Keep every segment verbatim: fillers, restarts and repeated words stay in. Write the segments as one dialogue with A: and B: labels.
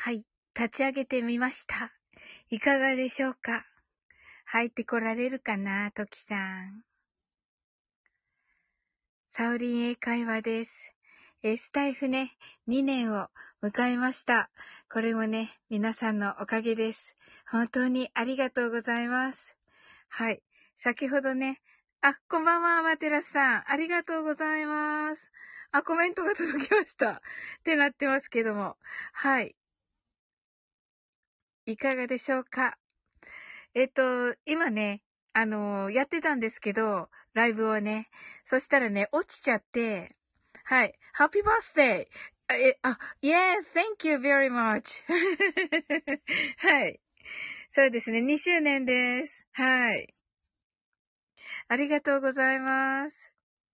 A: はい。立ち上げてみました。いかがでしょうか？入ってこられるかな、トキさん。サオリン英会話です。え、スタイフね、にねんを迎えました。これもね、皆さんのおかげです。本当にありがとうございます。はい。先ほどね、あ、こんばんは、マテラスさん。ありがとうございます。あ、コメントが届きました。ってなってますけども。はい。いかがでしょうか？えっと、今ね、あのーやってたんですけど、ライブをね。そしたらね、落ちちゃって、はい。Happy birthday! あ、え、あ、yeah, thank you very much. はい。そうですね、にしゅうねんです。はい。ありがとうございます。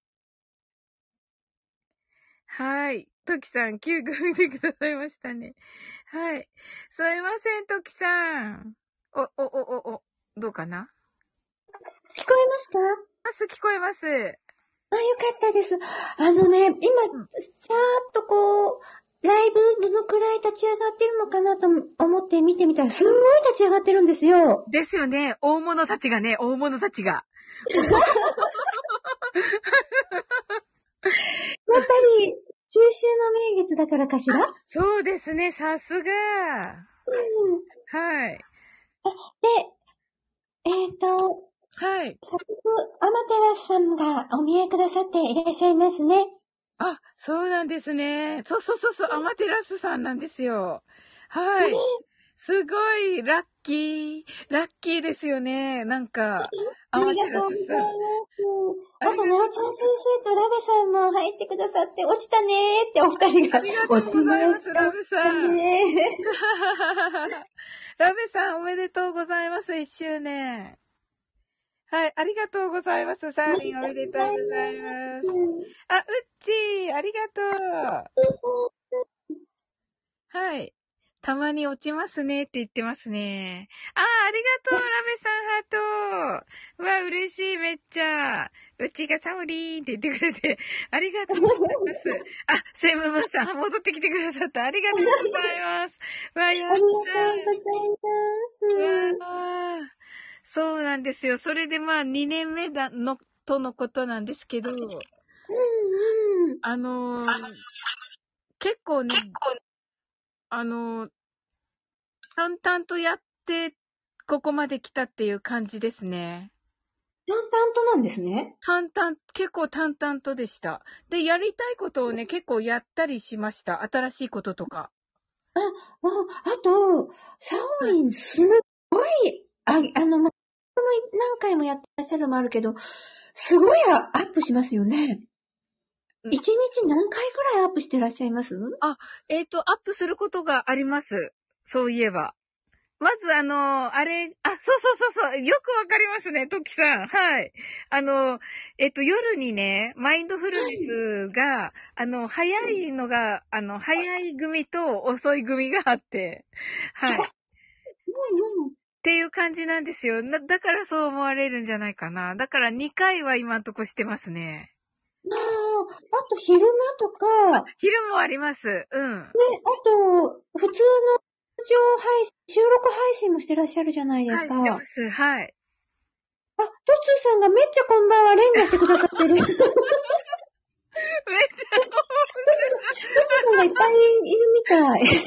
A: はい。トキさん、きゅうご見てくださいましたね。はい。すいません、トキさん。お、お、お、お、お、どうかな？
B: 聞こえますか？
A: ます、聞こえます。
B: あ、よかったです。あのね、今、
A: うん。
B: さーっとこう、ライブどのくらい立ち上がってるのかなと思って見てみたら、すんごい立ち上がってるんですよ。
A: ですよね。大物たちがね、大物たちが。
B: やっぱり、中秋の名月だからかしら？
A: そうですね、さすが。
B: うん。
A: はい。
B: で、えっと、
A: はい。
B: 早速、アマテラスさんがお見えくださっていらっしゃいますね。
A: あ、そうなんですね。そうそうそうそう、アマテラスさんなんですよ。はい。すごい、ラッキー。ラッキーですよね。なんか、
B: あり
A: アマテ
B: がとうござい
A: ラスさん。
B: ます。あと、
A: ありがとう
B: なおちゃん先生とラベさんも入ってくださって、落ちたねーってお二人が、
A: ありがとう
B: 落ちま
A: ございます、
B: した
A: ラブさん。
B: ねー。
A: ラベさん、おめでとうございます、一周年。はい、ありがとうございます。サーリンおめでとうございます。あ、うっちー、ありがとう。はい。たまに落ちますねって言ってますね。あー、ありがとう、ラベさんハート。うわ、嬉しい、めっちゃ。うちがサオリーンって言ってくれて、ありがとうございます。あ、セムムーンさん、戻ってきてくださった。ありがとうございます。わ、やっ
B: ありがとうござい
A: た。
B: ます。
A: わー。そうなんですよ。それでまあ、にねんめだの、とのことなんですけど、
B: うんうん。
A: あのー、結構ね、あのー、淡々とやって、ここまで来たっていう感じですね。
B: 淡々となんですね。
A: 淡々、結構淡々とでした。で、やりたいことをね、結構やったりしました。新しいこととか。
B: あ、あ、あと、サオ
A: はい。
B: リン、すっごい、あ、あの、ま、何回もやってらっしゃるのもあるけど、すごいアップしますよね。
A: うん
B: 一日何回くらいアップしてらっしゃいます？
A: あ、えっと、アップすることがあります。そういえば。まず、あの、あれ、あ、そうそうそうそう、よくわかりますね、トキさん。はい。あの、えっと、夜にね、マインドフルネスが、あの、早いのが、あの、早い組と遅い組があって、はい。っ
B: うんうん。
A: ていう感じなんですよ。な、だからそう思われるんじゃないかな。だからにかいは今んとこしてますね。
B: ああ、あと昼間とか、ね、
A: 昼もあります。うん。
B: あと、普通の上配信、収録配信もしてらっしゃるじゃないです
A: はい、
B: か。あ、
A: してます。はい。
B: トッツーさんがめっちゃこんばんは連打してくださってる。トッツーさん、ト
A: めっちゃ面
B: ッツーさんがいっぱいいるみたい。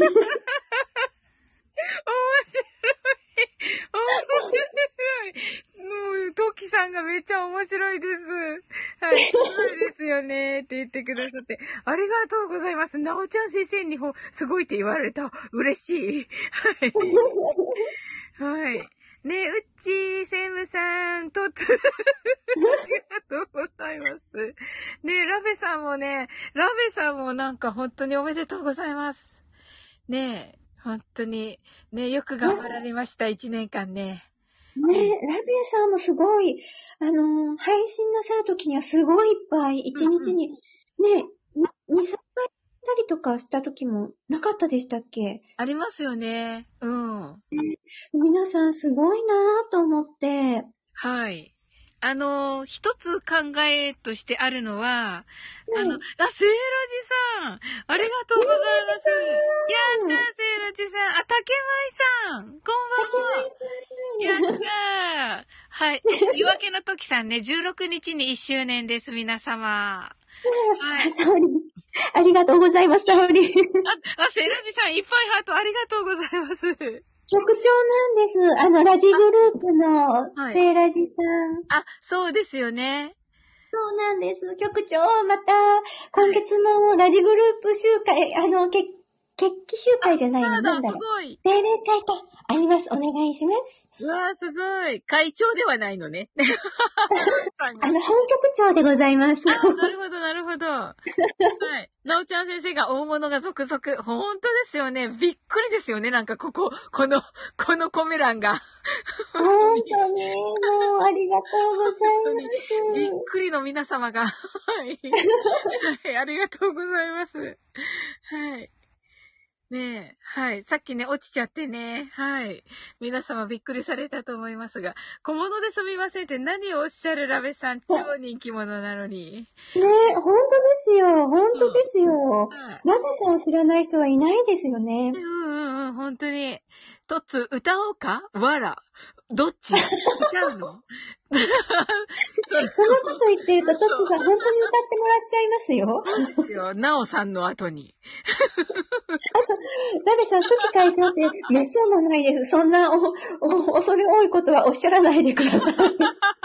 A: 白い。面白い。もう、トキさんがめっちゃ面白いです。はい、すごいですよねって言ってくださって。ありがとうございます。なおちゃん先生にほ、すごいって言われた。嬉しい。はい。はい。ねえ、うっちー、セムさん、とつ、ありがとうございます。ねえ、ラベさんもね、ラベさんもなんか本当におめでとうございます。ねえ、本当に、ねえ、よく頑張られました、一年間ね。
B: ねえ、
A: うん。
B: ラビエさんもすごい、あのー配信なさるときにはすごいいっぱい、一
A: うんうん。
B: 日に、ね、に、さんかいたりとかしたときもなかったでしたっけ？
A: ありますよね。うん。
B: 皆さんすごいなぁと思って。
A: はい。あの、一つ考えとしてあるのは、あの、
B: ね
A: あ、セイラジさんありがとうございます。やったー、セイラジさまいさん、こんばんは。やったー。はい。夜明けの時さんね、じゅうろくにちにいっしゅうねんです、皆様。
B: はい。サオリン。ありがとうございます、サオリン。
A: あ、あ、セラジさん、いっぱいハートありがとうございます。
B: 局長なんです。あの、ラジグループの、はい、セイラジさん。
A: あ、そうですよね。
B: そうなんです。局長、また、今月もラジグループ集会、あの、決、決起集会じゃないの、なんだろう。
A: すごい。
B: 定例会か。あります。お願いします。
A: うわー、すごい。会長ではないのね。
B: あの、本局長でございます。
A: なるほど、なるほど。はい。なおちゃん先生が大物が続々。本当ですよね。びっくりですよね。なんかここ、この、このコメ欄が。
B: 本当に、もう、ありがとうございます。
A: びっくりの皆様が。はい。はい。ありがとうございます。はい。ねえ。はい。さっきね、落ちちゃってね。はい。皆様びっくりされたと思いますが、小物ですみませんって何をおっしゃるラベさん、超人気者なのに。
B: ねえ、本当ですよ。本当ですよ。うん、ラベさんを知らない人はいないですよね。
A: うんうんうん、本当に。トッツ、歌おうかわら。どっち歌うの
B: そんなこと言ってると、トッツさん本当に歌ってもらっちゃいますよ。
A: そうですよ。ナオさんの後に。
B: あと、ラベさん、時書いてあって、めっそうもないです。そんなお、お、恐れ多いことはおっしゃらないでください。はい。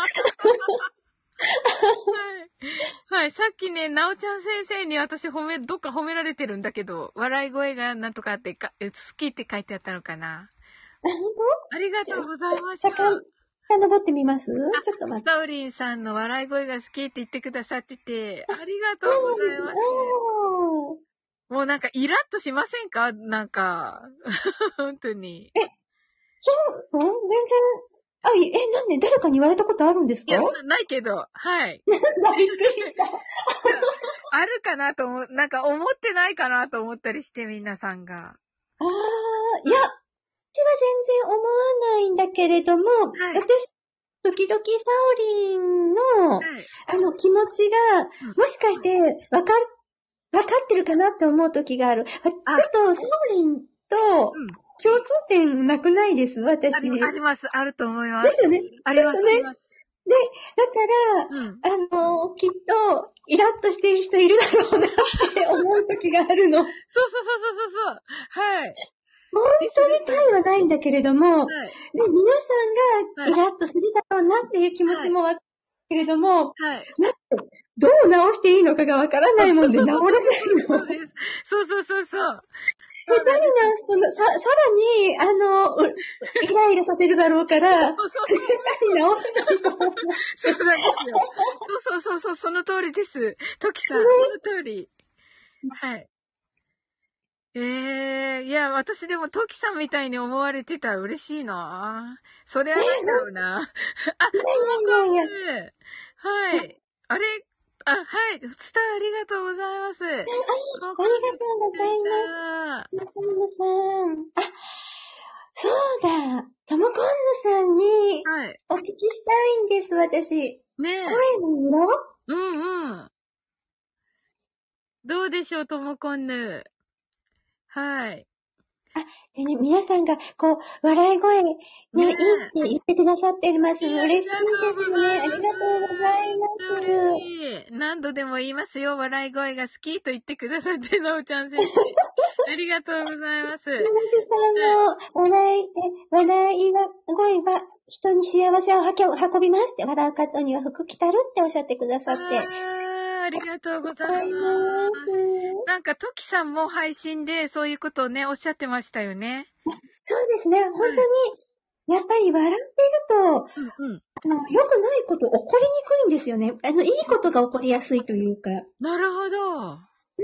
A: はい。さっきね、なおちゃん先生に私褒め、どっか褒められてるんだけど、笑い声がなんとかってか、好きって書いてあったのかな。
B: あ、本当？
A: ありがとうございました。
B: さかのぼってみます？ちょっと待って。
A: サウリンさんの笑い声が好きって言ってくださってて、ありがとうございます。もうなんかイラッとしませんか？なんか、本当に。
B: え、そう、うん、全然、あ、え、なんで誰かに言われたことあるんですか？
A: いや、ないけど、はい。
B: びっくりした。
A: あるかなと思う、なんか思ってないかなと思ったりして、皆さんが。
B: ああ、いや、私は全然思わないんだけれども、はい、私、時々サオリンの、はい、あの気持ちが、もしかしてわか、わかってるかなって思う時がある。ちょっとサオリンと共通点なくないです、私。
A: あり、あります、あると思います。
B: ですよね。
A: あります、
B: ちょっとね。
A: で、だ
B: から、うん、あの、きっと、イラッとしている人いるだろうなって思う時があるの。そうそうそう
A: そうそう。はい。
B: 本当に対はないんだけれども、はい、で皆さんがイラッとするだろうなっていう気持ちもわかるけれども、はい、なんどう直していいのかがわからないもんで直らないの。
A: そうです。そうそうそうそう。
B: 下手に直すと、さ、さらに、あの、イライラさせるだろうから、下手に直せないと思う。
A: そうなんですよ。そうそうそうそう、その通りです。トキさん、その通り。はい。ええー、いや、私でもトキさんみたいに思われてたら嬉しいな。それはなんだろうな。あ、いやいやいや。はい。あれあ、はい。スターありがとうございます。あ、ありがと
B: うございます。ともこんぬさん。あ、そうだ。ともこんぬさんに、お聞きしたいんです、私。ねえ。声の色？
A: うんうん。どうでしょう、ともこんぬ。はい。
B: あ、でね、皆さんが、こう、笑い声、ね、ねいいって言ってくださってます。嬉しいですよね。ありがとうございます。
A: 嬉しい。何度でも言いますよ。笑い声が好きと言ってくださって、なおちゃん先生。ありがとうございます。ななじ
B: さんも、笑い、笑いは、声は、人に幸せを運びますって、笑う方には福来たるっておっしゃってくださって。
A: ありがとうございます。なんか、トキさんも配信でそういうことをね、おっしゃってましたよね。
B: そうですね。本当に、やっぱり笑っていると、うんうん、あの、良くないこと起こりにくいんですよね。あの、いいことが起こりやすいというか。
A: なるほど。
B: うん。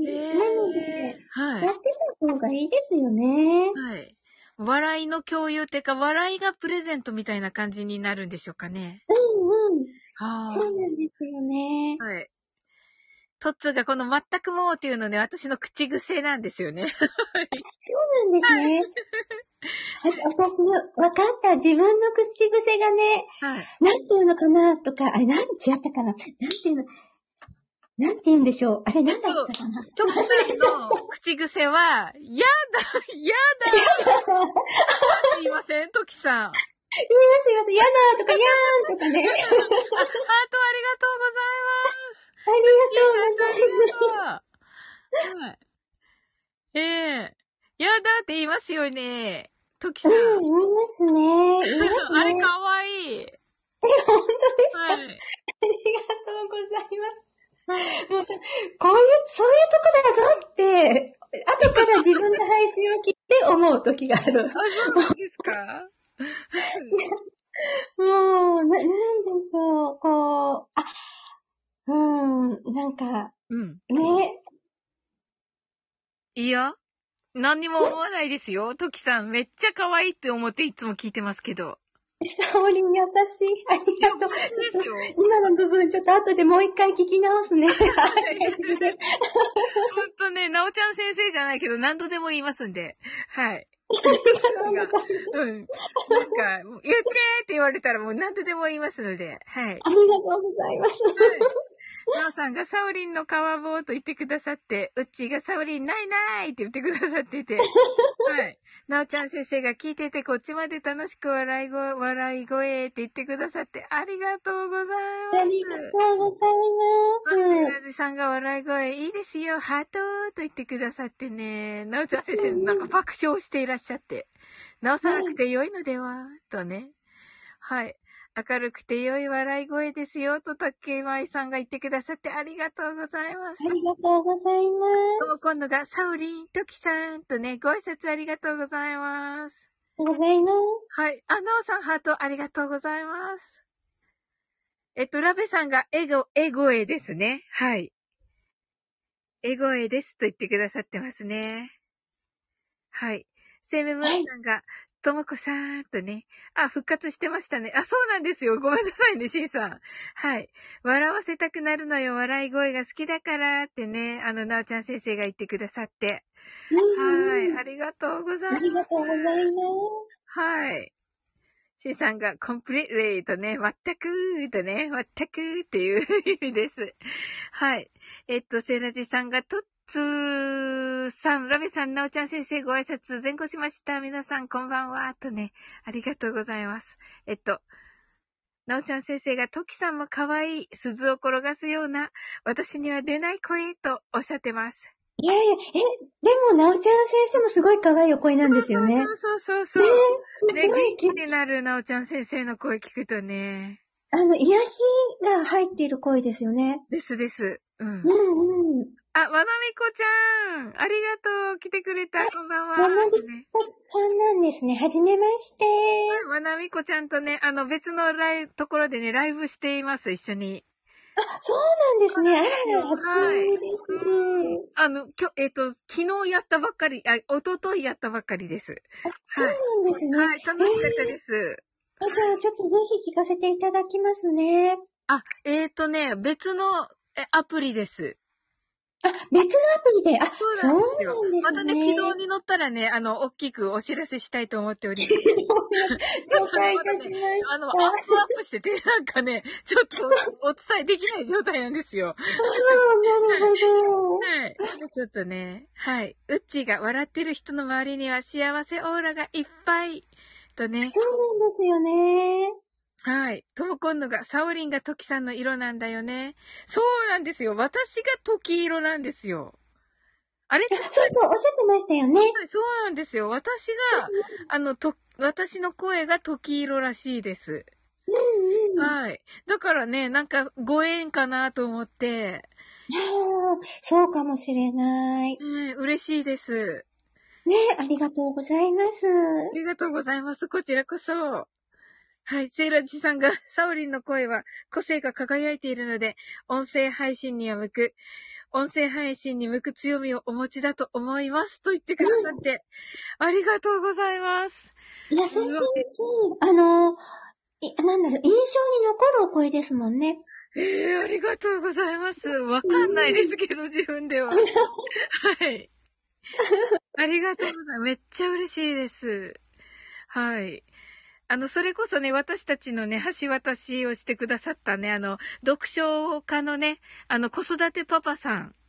B: なので、はい、やってた方がいいですよね。
A: はい。笑いの共有っていうか、笑いがプレゼントみたいな感じになるんでしょうかね。
B: うんうん。そうなんですよね。
A: はい。トッツーがこの全くもうっていうのね、私の口癖なんですよね。
B: そうなんですね。私の、分かった。自分の口癖がね、はい、なんていうのかなとか、あれ、なん違ったかななんていうの、なんて言うんでしょう。あれ、なんだったかな
A: トキさんの口口癖は、やだ、やだ言いませんトキさん。
B: 言います言います。やだとか、やーんとかね。
A: あ、ハートありがとうございます。
B: ありがとうございます。
A: はい。ええー、やだって言いますよね。トキさん。うん、
B: 言いますね。言いますね。
A: あれかわいい。
B: え、本当ですか、はい、ありがとうございます。もうこういう、そういうとこだぞって、後から自分の配信を聞いて思う時がある。
A: あ、そうですか
B: もう、な、なんでしょう、こう、あ、うん、なんか、うん、ね。
A: いや、何にも思わないですよ。トキさん、めっちゃ可愛いって思っていつも聞いてますけど。
B: サオリン優しい。ありがとう。今の部分ちょっと後でもう一回聞き直すね。ほん
A: とね、なおちゃん先生じゃないけど何度でも言いますんで。はい。
B: ありがとうございます。
A: うん。なんか、言ってって言われたらもう何度でも言いますので。はい。
B: ありがとうございます。はい
A: なおさんがサオリンの川棒と言ってくださって、うっちーがサオリンないないって言ってくださってて。はい。なおちゃん先生が聞いてて、こっちまで楽しく笑い声、笑い声って言ってくださって、ありがとうございます。
B: ありがとうございます。
A: なずさんが笑い声、いいですよ、ハートと言ってくださってね。なおちゃん先生、なんか爆笑していらっしゃって。直さなくてよいのでは、とね。はい。明るくて良い笑い声ですよ、と、たけまいさんが言ってくださってありがとうございます。
B: ありがとうございます。
A: とも今度が、サウリン、トキさんとね、ご挨拶ありがとうございます。
B: ありがとうございます。
A: はい。あ、なおさん、ハートありがとうございます。えっと、ラベさんが、エゴ、エゴエですね。はい。エゴエですと言ってくださってますね。はい。セムムーンさんが、ともこさんとね。あ、復活してましたね。あ、そうなんですよ。ごめんなさいね、シンさん。はい。笑わせたくなるのよ。笑い声が好きだからってね、あの、なおちゃん先生が言ってくださって。はい。ありがとうございます。
B: ありがとうございます。
A: はい。シンさんが、コンプリートレイとね、全くとね、全くっていう意味です。はい。えっと、セイラジさんが、とっつーさん、ラベさん、なおちゃん先生ご挨拶前後しました。皆さんこんばんは。とね、ありがとうございます。えっと、なおちゃん先生が、トキさんも可愛い、鈴を転がすような、私には出ない声とおっしゃってます。
B: いやいや、え、でも、なおちゃん先生もすごい可愛いお声なんですよね。
A: そうそうそうそう。ね、元気になるなおちゃん先生の声聞くとね。
B: あの、癒しが入っている声ですよね。
A: ですです。うん。
B: うんうん。
A: あ、わなみこちゃんありがとう来てくれた。こんばんは。
B: わなみこちゃんなんですね。はじめまして。
A: わなみこちゃんとね、あの別のライブ、ところでね、ライブしています、一緒に。
B: あ、そうなんですね。あらら、
A: はい。
B: です。
A: あの、きょ、えっと、昨日やったばっかり、あ、一昨日やったばっかりです。
B: あ、そうなんですね。
A: はい、楽しかったです。
B: えー、あ、じゃあ、ちょっとぜひ聞かせていただきますね。
A: あ、えっとね、別のアプリです。
B: あ、別のアプリで、あ、そうなんですね。
A: またね、軌道に乗ったらね、あの、大きくお知らせしたいと思っております。
B: 了解いたしました。
A: あの、アップアップしてて、なんかね、ちょっとお伝えできない状態なんですよ。
B: ああ、なるほど。
A: はい。ちょっとね、はい。うっちーが笑ってる人の周りには幸せオーラがいっぱい。とね。
B: そうなんですよね。
A: はい。ともこんのが、サオリンがトキさんの色なんだよね。そうなんですよ。私がトキ色なんですよ。あれ
B: そうそう、おっしゃってましたよね。
A: そうなんですよ。私が、あの、と、私の声が時色らしいです。
B: うんうん。
A: はい。だからね、なんかご縁かなと思って。
B: いやー、そうかもしれない。
A: ね、嬉しいです。
B: ね、ありがとうございます。
A: ありがとうございます。こちらこそ。はい。セイラジさんが、サオリンの声は個性が輝いているので、音声配信には向く。音声配信に向く強みをお持ちだと思います。と言ってくださって、うん、ありがとうございます。
B: 優しいし、あの、いなんだろう、印象に残るお声ですもんね。
A: ええー、ありがとうございます。わかんないですけど、自分では。はい。ありがとうございます。めっちゃ嬉しいです。はい。あの、それこそね、私たちのね、橋渡しをしてくださったね、あの、読書家のね、あの、子育てパパさん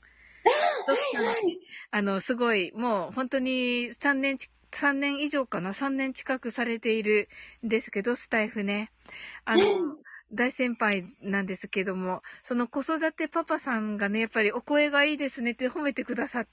A: トキさん、あの、すごい、もう本当にさんねんち、さんねん以上かな ?さん 年近くされているんですけど、スタイフね。あの、大先輩なんですけども、その子育てパパさんがね、やっぱりお声がいいですねって褒めてくださって、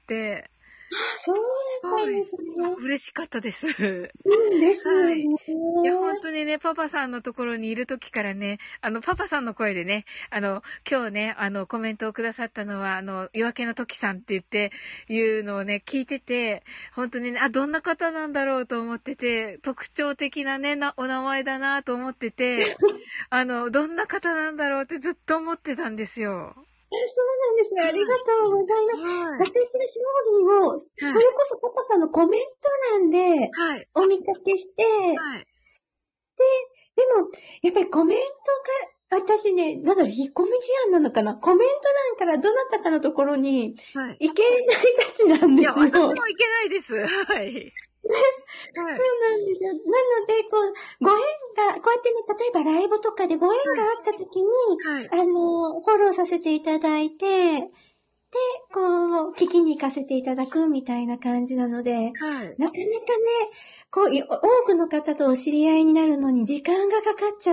B: あ、そうだったんですね。
A: 嬉しかったです。
B: うんですよね。はい。い
A: や、本当にね、パパさんのところにいる時からね、あの、パパさんの声でね、あの、今日ね、あの、コメントをくださったのは、あの、夜明けの時さんって言って、いうのをね、聞いてて、本当にね、あ、どんな方なんだろうと思ってて、特徴的なね、な、お名前だなと思ってて、あの、どんな方なんだろうってずっと思ってたんですよ。
B: そうなんですね。ありがとうございます。はい、私の勝利を、それこそパパさんのコメント欄で、お見かけして、はい、で、でも、やっぱりコメントから、私ね、なんだろう、引っ込み思案なのかな、コメント欄からどなたかのところに、行けないたちなんですよ。いや、
A: 私も行けないです。はい。
B: はい、そうなんですよ。なので、こう、ご縁が、こうやってね、例えばライブとかでご縁があった時に、はいはい、あの、フォローさせていただいて、で、こう、聞きに行かせていただくみたいな感じなので、はい、なかなかね、こう、多くの方とお知り合いになるのに時間がかかっちゃって、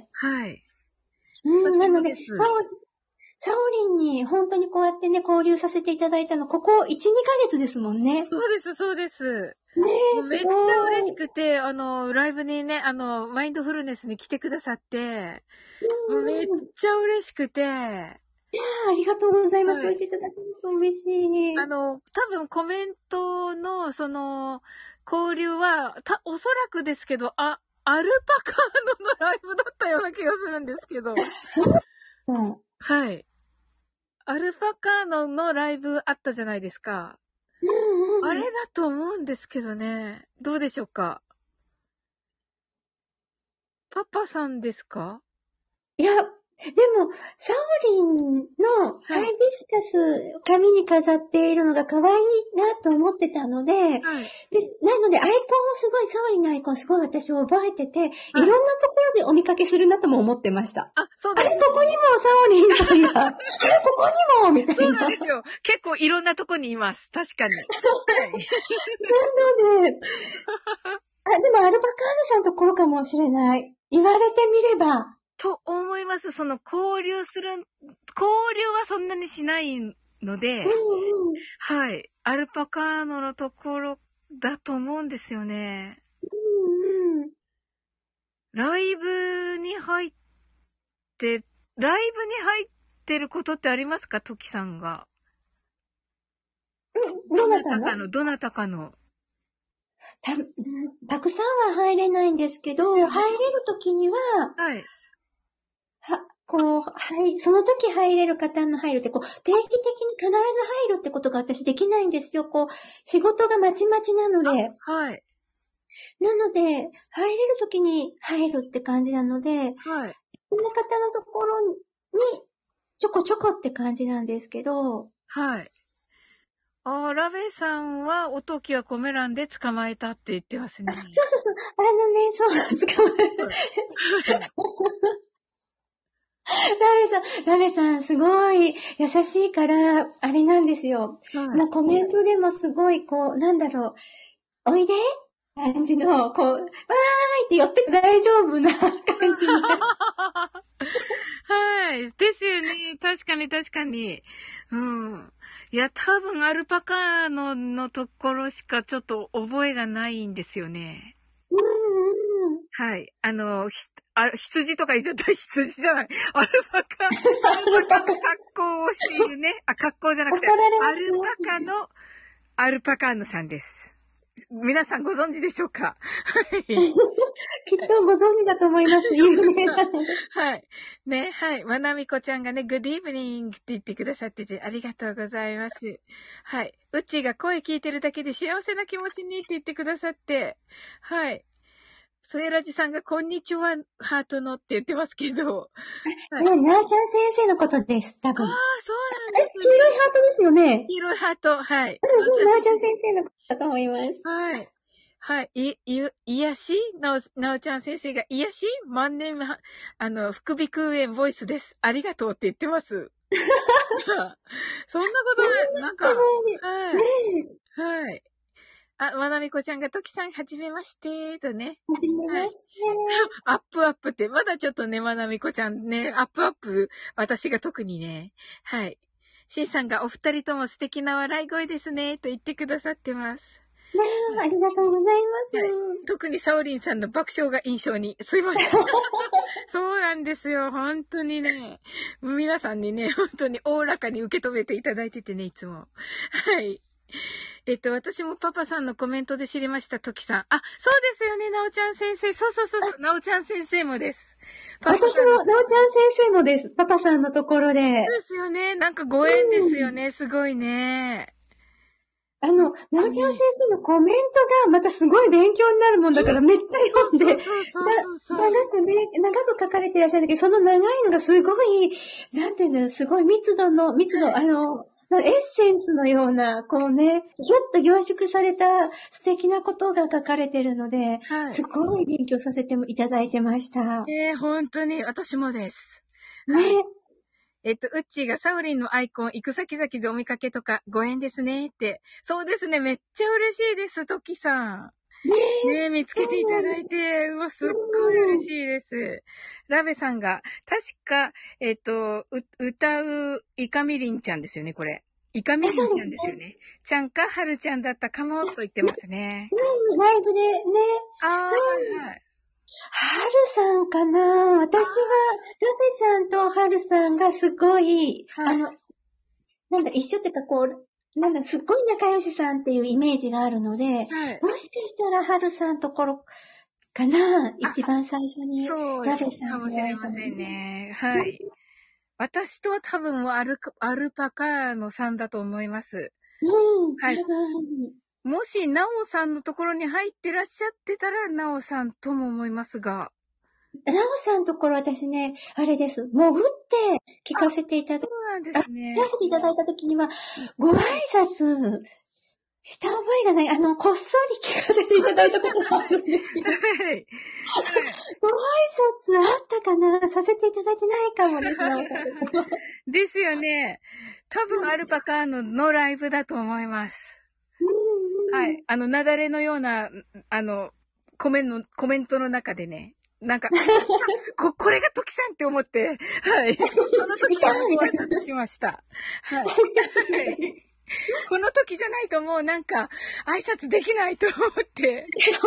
B: はい。うん、なので、サオリンに本当にこうやってね、交流させていただいたの、ここいち、にかげつですもんね。
A: そうです、そうです。ねえ、めっちゃ嬉しくて、あの、ライブにね、あの、マインドフルネスに来てくださって、もうめっちゃ嬉しくて。いや
B: ー、ありがとうございます。そう言っていただけると嬉しい。
A: あの、多分コメントの、その、交流は、た、おそらくですけど、あ、アルパカーノのライブだったような気がするんですけど。
B: そう、うん、
A: はい。アルパカーノのライブあったじゃないですか。
B: うんうん、
A: あれだと思うんですけどね。どうでしょうか。パパさんですか？
B: いや、でも、サオリンのハイビスカス、髪に飾っているのが可愛いなと思ってたので、はい、でなのでアイコンをすごい、サオリンのアイコンすごい私覚えてて、はい、いろんなところでお見かけするなとも思ってました。
A: あ、そうです、ね。
B: あれ、ここにもサオリンさんが、ここにもみたいな。
A: そうなんですよ。結構いろんなとこにいます。確かに。はい、
B: なので、あ、でもアルパカーヌさんのところかもしれない。言われてみれば。
A: と思います。その交流する、交流はそんなにしないので、うんうん、はい。アルパカーノのところだと思うんですよね。
B: うんうん、
A: ライブに入って、ライブに入ってることってありますか？トキさんが。
B: うん、どなたの？
A: どなたかの、どなたかの。
B: た、たくさんは入れないんですけど、ね、入れるときには、
A: はい。
B: は、こう、はい、その時入れる方の入るって、こう、定期的に必ず入るってことが私できないんですよ。こう、仕事がまちまちなので。
A: はい。
B: なので、入れる時に入るって感じなので、はい。そんな方のところに、ちょこちょこって感じなんですけど。
A: はい。あ、ラベさんは、おときはコメ欄で捕まえたって言ってますね。
B: そうそうそう。あのね、そう、捕まえた。ラベさん、ラベさん、すごい優しいから、あれなんですよ。はい、もうコメントでもすごい、こう、なんだろう、おいで感じの、こう、わーいって寄って大丈夫な感じの。
A: はい。ですよね。確かに確かに。うん。いや、多分アルパカーノのところしかちょっと覚えがないんですよね。
B: うんうん。
A: はい。あの、ひ、あ、羊とか言っちゃった。羊じゃない。アルパカ、アルパカの格好をしているね。あ、格好じゃなくて、アルパカの、アルパカーノさんです。皆さんご存知でしょうか？はい。きっ
B: とご存知だと思います。有名なので。
A: はい。ね、はい。まなみこちゃんがね、グッドイブニングって言ってくださってて、ありがとうございます。はい。うっちーが声聞いてるだけで幸せな気持ちにって言ってくださって、はい。ソエラジさんがこんにちは、ハートのって言ってますけど。
B: はい、これ、なーちゃん先生のことです。多分。
A: ああ、そうなんです、
B: ね。黄色いハートですよね。
A: 黄色いハート、はい。
B: うん、なーちゃん先生のことだと思います。
A: はい。はい。い、い、癒しなお、なおちゃん先生が癒し万年、あの、副鼻腔炎ボイスです。ありがとうって言ってます。 そんなことない、なんか、はい。
B: ね
A: はい。あ、まなみこちゃんが、ときさん、はじめまして、とね。
B: はじめまして。
A: アップアップって、まだちょっとね、まなみこちゃんね、アップアップ、私が特にね、はい。シーさんが、お二人とも素敵な笑い声ですね、と言ってくださってます。
B: わあ、ありがとうございます。はい、
A: 特にサオリンさんの爆笑が印象に。すいません。そうなんですよ。本当にね。皆さんにね、本当におおらかに受け止めていただいててね、いつも。はい。えっと、私もパパさんのコメントで知りました、トキさん。あ、そうですよね、なおちゃん先生。そうそうそうそう、なおちゃん先生もです。
B: 私も、なおちゃん先生もです。パパさんのところで。
A: そうですよね。なんかご縁ですよね。うん、すごいね。
B: あの、なおちゃん先生のコメントがまたすごい勉強になるもんだからめっちゃ読んで、
A: そうそうそうそう長
B: くね、長く書かれていらっしゃるんだけど、その長いのがすごい、なんていうの、すごい密度の、密度、はい、あの、エッセンスのような、こうね、ぎゅっと凝縮された素敵なことが書かれてるので、はい、すごい勉強させていただいてました。
A: えー、本当に、私もです。
B: ね。はい、
A: えっと、うっちーがサオリンのアイコン、行く先々でお見かけとか、ご縁ですね、って。そうですね、めっちゃ嬉しいです、トキさん。ねえ。ねえ、見つけていただいて、うわ、すっごい嬉しいです。ラベさんが、確か、えっと、う、歌う、イカミリンちゃんですよね、これ。イカミリンちゃんですよね。ねちゃんか、はるちゃんだったかも、と言ってますね。
B: うん、ライブでね。
A: ああ、はいはい。
B: はるさんかな？私は、ラベさんとはるさんがすごい、はい、あの、なんだ、一緒ってかこう、なんだ、すっごい仲良しさんっていうイメージがあるので、はい、もしかしたらはるさんところかな？一番最初に。
A: そうですかもしれませんね。はい。私とは多分アル、アルパカーノさんだと思います。
B: うん。
A: はい。もし、ナオさんのところに入ってらっしゃってたら、ナオさんとも思いますが。
B: ナオさんのところ私ね、あれです。潜って聞かせていただいた。
A: そうなんですね。
B: 聞かせていただいたときには、ご挨拶した覚えがない。あの、こっそり聞かせていただいたことがあるんですけど。はい。ご挨拶あったかな？させていただいてないかもです、ナオさん。
A: ですよね。多分アルパカーノのライブだと思います。はい。あの、なだれのような、あの、コメント、コメントの中でね、なんか、こ、これがトキさんって思って、はい。その時はご挨拶しました。はい。この時じゃないともうなんか、挨拶できないと思って。はい。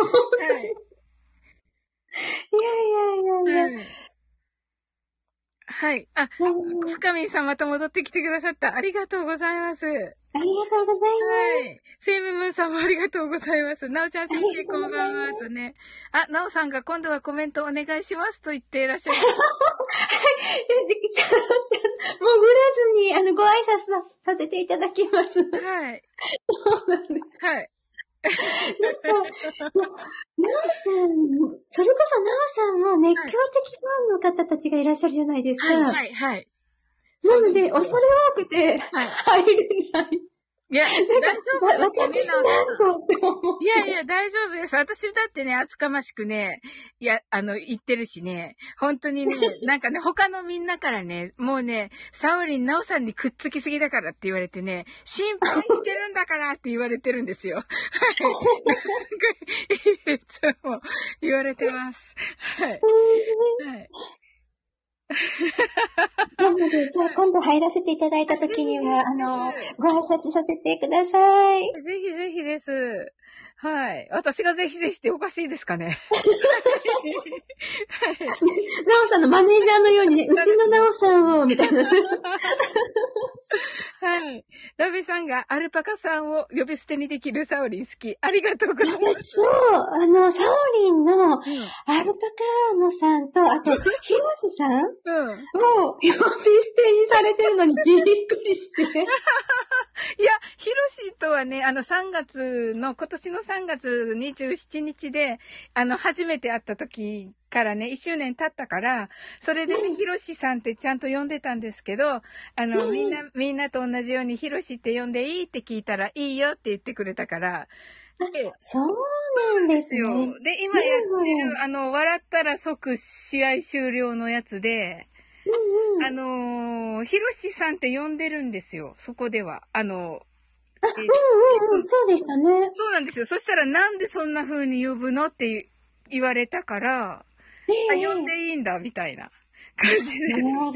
B: いやいやいやいや。
A: はい。あ、深見さんまた戻ってきてくださった。ありがとうございます。
B: ありがとうございます。
A: はい。セイムムーンさんもありがとうございます。なおちゃん先生こんばんは。とね。あ、なおさんが今度はコメントお願いしますと言っていらっしゃいます。はい。
B: 潜らずに、あの、ご挨拶さ、させていただきます。
A: はい。
B: そうなんです。
A: はい。
B: なんか、なおさん、それこそなおさんも熱狂的ファンの方たちがいらっしゃるじゃないですか。
A: はい、はい、はい。
B: なので、恐れ多くて、入れない。
A: いや、大丈夫ですよね。
B: 私なんとって思う。
A: いやいや、大丈夫です。私だってね、厚かましくね、いや、あの、言ってるしね、本当にね、なんかね、他のみんなからね、もうね、サオリンナオさんにくっつきすぎだからって言われてね、心配してるんだからって言われてるんですよ。はい。なんか、いつも言われてます。はい。はい。
B: なので、じゃあ今度入らせていただいたときには、あの、ご挨拶させてください。
A: ぜひぜひです。はい。私がぜひぜひっておかしいですかね。
B: はい。なおさんのマネージャーのように、ね、うちのなおさんを、みたいな。
A: はい。ラベさんがアルパカさんを呼び捨てにできるサオリン好き。ありがとうございます。
B: そう。あの、サオリンのアルパカーノさんと、あと、ヒロシさん、うん、を呼び捨てにされてるのにびっくりして。
A: いや、ヒロシとはね、あのさんがつの、今年のさんがつにじゅうしちにちで、あの、初めて会った時からね、いっしゅうねん経ったから、それでね、うん、ヒロシさんってちゃんと呼んでたんですけど、あの、うん、みんな、みんなと同じようにヒロシって呼んでいいって聞いたら、いいよって言ってくれたから、
B: そうなんですよ。
A: で、今やってる、あの、笑ったら即試合終了のやつで、
B: うんうん。
A: あのー、ひろしさんって呼んでるんですよ、そこでは。あの、
B: あ、うんうんうん、そうでしたね。
A: そうなんですよ。そしたらなんでそんな風に呼ぶのって言われたから、
B: え
A: あ、
B: え
A: 呼んでいいんだ、みたいな感じです。
B: なるほ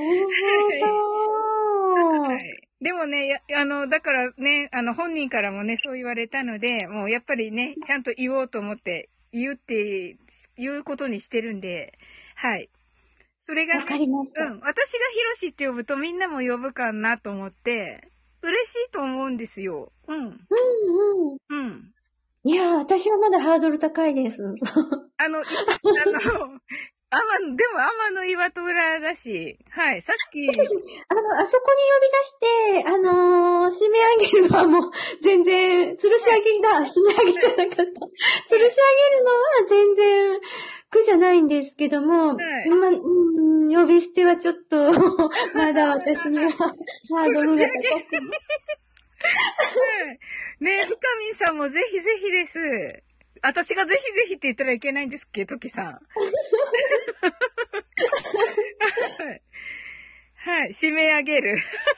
B: ど。
A: はい。でもね、や、あの、だからね、あの、本人からもね、そう言われたので、もうやっぱりね、ちゃんと言おうと思って、言うって、言うことにしてるんで、はい。それがね、
B: わかりました。
A: うん。私がヒロシって呼ぶとみんなも呼ぶかなと思って、嬉しいと思うんですよ。うん。
B: うんうん。
A: うん。
B: いやー、私はまだハードル高いです。
A: あの、いあの、天、でも天の岩戸裏だし、はい、さっき、
B: あの、あそこに呼び出して、あのー、締め上げるのはもう、全然、吊るし上げだ、締め上げじゃなかった。吊るし上げるのは全然、苦じゃないんですけども、
A: はい。
B: ま、うん、呼び捨てはちょっと、まだ私には、ハードルが高く。
A: はい。ねえ、深見さんもぜひぜひです。私がぜひぜひって言ったらいけないんですっけ、トキさん。はい。はい。締め上げる。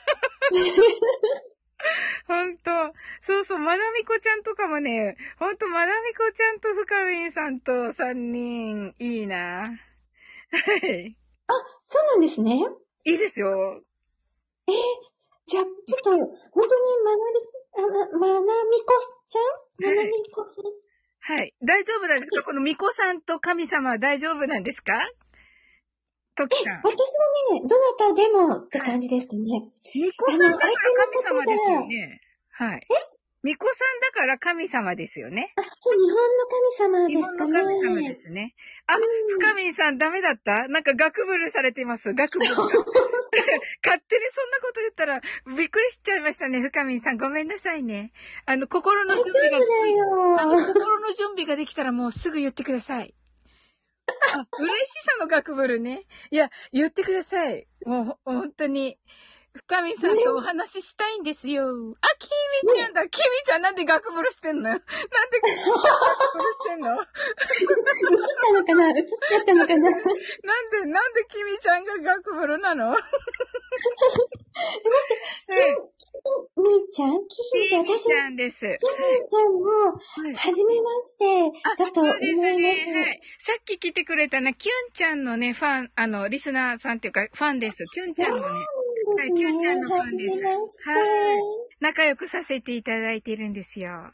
A: ほんと。そうそう、まなみこちゃんとかもね、ほんと、まなみこちゃんと深見さんとさんにん、いいな。はい。
B: あ、そうなんですね。
A: いいですよ。
B: えー、じゃあ、ちょっと、本当にまなみ、あ、ま、まなみこちゃんまなみこさん
A: はい。大丈夫なんですか？このみこさんと神様は大丈夫なんですか？トキさん。
B: 私はね、どなたでもって感じですかね。
A: みこさんだから神様ですよね。はい。え？みこさんだから神様ですよね。
B: あ、そう、日本の神様ですかね。
A: 日本の神様ですね。あ、深見さんダメだった？なんかガクブルされてます。ガクブルが。勝手にそんなこと言ったらびっくりしちゃいましたね。深見さんごめんなさいね。あの、心の準備が、あの、心の準備ができたらもうすぐ言ってください。あ、嬉しさのガクブルね。いや、言ってください。もう、本当に。深見さんとお話ししたいんですよ。あ、キミちゃんだ。キミちゃんなんでガクブルしてんの？なんでガクブルしてんの？映
B: ったのかな映っちゃったのかななん
A: で、なんでキミちゃんがガクブルなの？待って、
B: キミちゃんキミちゃん、私、キミ
A: ちゃんです。キミ
B: ちゃんも、はじめましてだと思います。
A: そうですね。はい。さっき来てくれたな、キュンちゃんのね、ファン、あの、リスナーさんっていうか、ファンです。キュンちゃんのね。はい、キュンちゃんのファンです。はい。仲良くさせていただいてるんですよ。はい。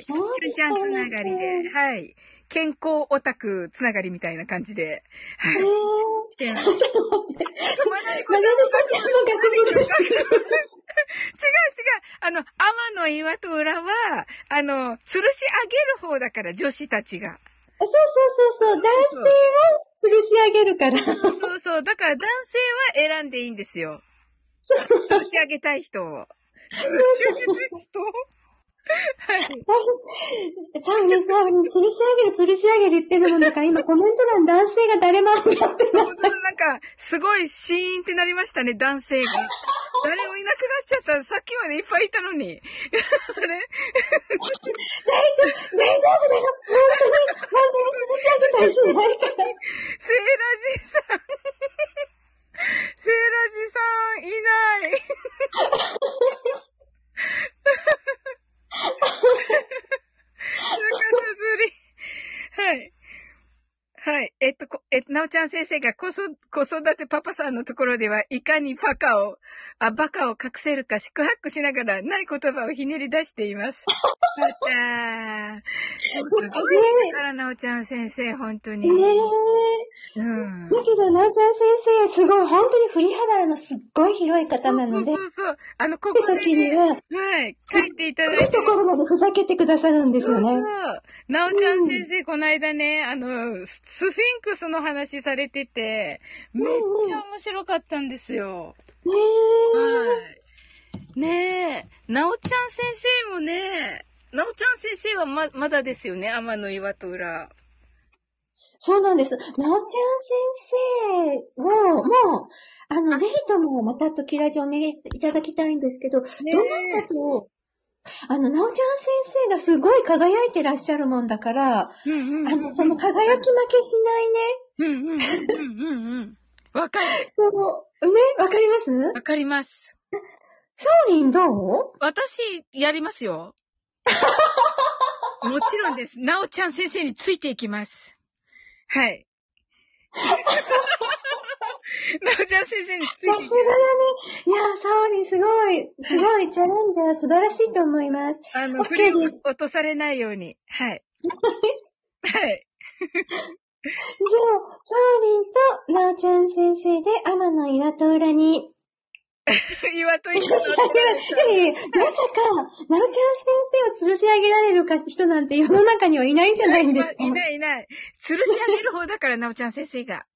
A: キュンちゃんつながりで。はい。健康オタクつながりみたいな感じで。はい。してます。ちょっと待って。まなみこちゃんのガクブルしてる。違う違う。あの、天の岩戸裏は、あの、吊るし上げる方だから、女子たちが。
B: そうそうそうそう。男性を吊るし上げるから。
A: そうそう。だから男性は選んでいいんですよ。吊るし上げたい人を。吊るし上げたい人はい。
B: サウリ、サウリ、吊るし上げる、吊るし上げる言ってるもんだから、今コメント欄男性が誰もやってない。なん
A: か、すごいシーンってなりましたね、男性が。誰もいなくなっちゃった。さっきまでいっぱいいたのに。あれ大丈夫、
B: 大丈夫だよ。本当に、本当に吊るし上げたりしないから。
A: セーラジさん。セーラジさん、いない。はい。はい。えっと、えっと、なおちゃん先生が子育てパパさんのところではいかにバカを、あ、バカを隠せるか四苦八苦しながらない言葉をひねり出しています。またー。すごいですから、なおちゃん先生、本当に。ね
B: え。うん。だけど、なおちゃん先生、すごい、本当に振り幅のすっごい広い方なので。
A: そうそうそう。あの、ここで、ね、時には、はい。書いていただいて。
B: すっごいところまでふざけてくださるんですよね。
A: そうそう。なおちゃん先生、うん、この間ね、あの、スフィンクスの話されてて、めっちゃ面白かったんですよ。
B: ねえ。
A: はい。ねえ。なおちゃん先生もね、なおちゃん先生はま、まだですよね、天の岩戸裏。
B: そうなんです。なおちゃん先生を、もう、あの、ぜひともまた時ラジオを見いただきたいんですけど、どなたと、あの、なおちゃん先生がすごい輝いてらっしゃるもんだから、うんうんうんうん、あの、その輝き負けしないね。
A: うんうんうんうんうん。 わかる。
B: そう。ね、わかります？
A: わかります。
B: サオリンどう？
A: 私、やりますよ。もちろんです。なおちゃん先生についていきます。はい。なおちゃん先生についていきます。さすがだね。
B: いや、サオリンすごい、すごい、チャレンジャー素晴らしいと思います。
A: あの、振りを落とされないように。はい。はい。
B: じゃあ、サオリンとなおちゃん先生で天の岩戸裏に。
A: 岩戸に。
B: 吊るし上げられる。まさか、なおちゃん先生を吊るし上げられる人なんて世の中にはいないんじゃないんですか？
A: いないいない。吊るし上げる方だから、なおちゃん先生が。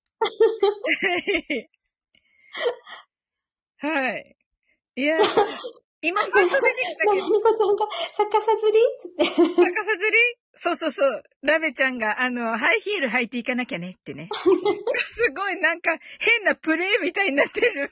A: はい。いや、今パッと出てきたけど。
B: 何事が逆さずりって。
A: 逆さずり？そうそうそう。ラベちゃんが、あの、ハイヒール履いていかなきゃねってね。すごいなんか変なプレイみたいになってる。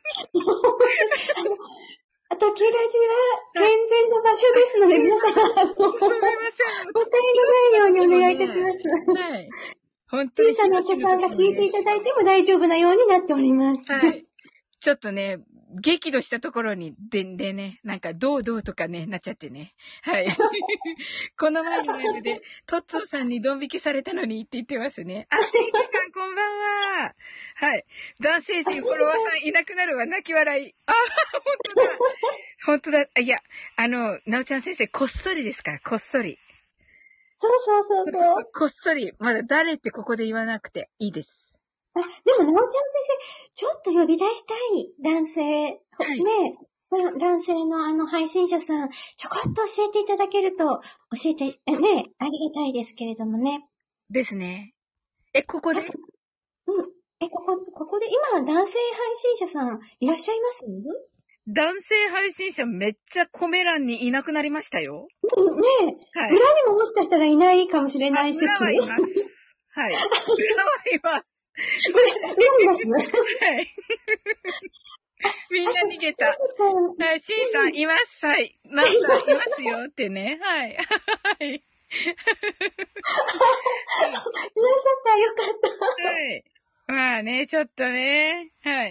B: あと、キラジは健全な場所ですので、皆様、あの、すみません。お答えのないようにお願いいたします。はい。本当に小さなお子さんが聞いていただいても大丈夫なようになっております。はい。ちょっとね、激怒したところに、で、でね、なんか、どうどうとかね、なっちゃってね。はい。この前のライブで、トッツーさんにドン引きされたのにって言ってますね。あ、セイキさんこんばんは。はい。男性陣フォロワーさんいなくなるわ、泣き笑い。あ、本当だ。本当だ。いや、あの、なおちゃん先生、こっそりですから、こっそり。 そうそうそうそう。そうそう
A: こっそり。まだ誰ってここで言わなくていいです。
B: あ、でも、なおちゃん先生、ちょっと呼び出したい男性、はい、ね、その男性のあの配信者さん、ちょこっと教えていただけると、教えて、ね、ありがたいですけれどもね。
A: ですね。え、ここで？うん。
B: え、ここ、ここで、今、男性配信者さん、いらっしゃいます？
A: 男性配信者めっちゃコメ欄にいなくなりましたよ。
B: ねえ、はい。裏にももしかしたらいないかもしれない説。裏
A: はいます。はい。裏はいます。
B: 裏います
A: はい。みんな逃げた。はい、シンさんいます。はい。マスターいますよってね。はい。はい。いらっしゃ
B: ったよかった。
A: はい。まあね、ちょっとね。はい。はい。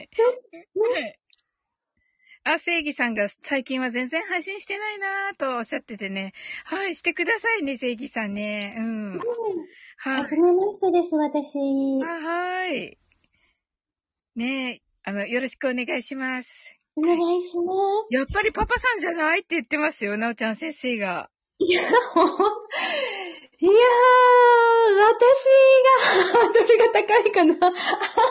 A: あ、正義さんが最近は全然配信してないなぁとおっしゃっててね。はい、してくださいね、正義さんね。うん。うん、
B: はい。はじめましてです、私。
A: あ、はい。ねえ、あの、よろしくお願いします。
B: お願いします。
A: やっぱりパパさんじゃないって言ってますよ、なおちゃん先生が。
B: いや、ほん、いやー、私がハードルが高いかな。本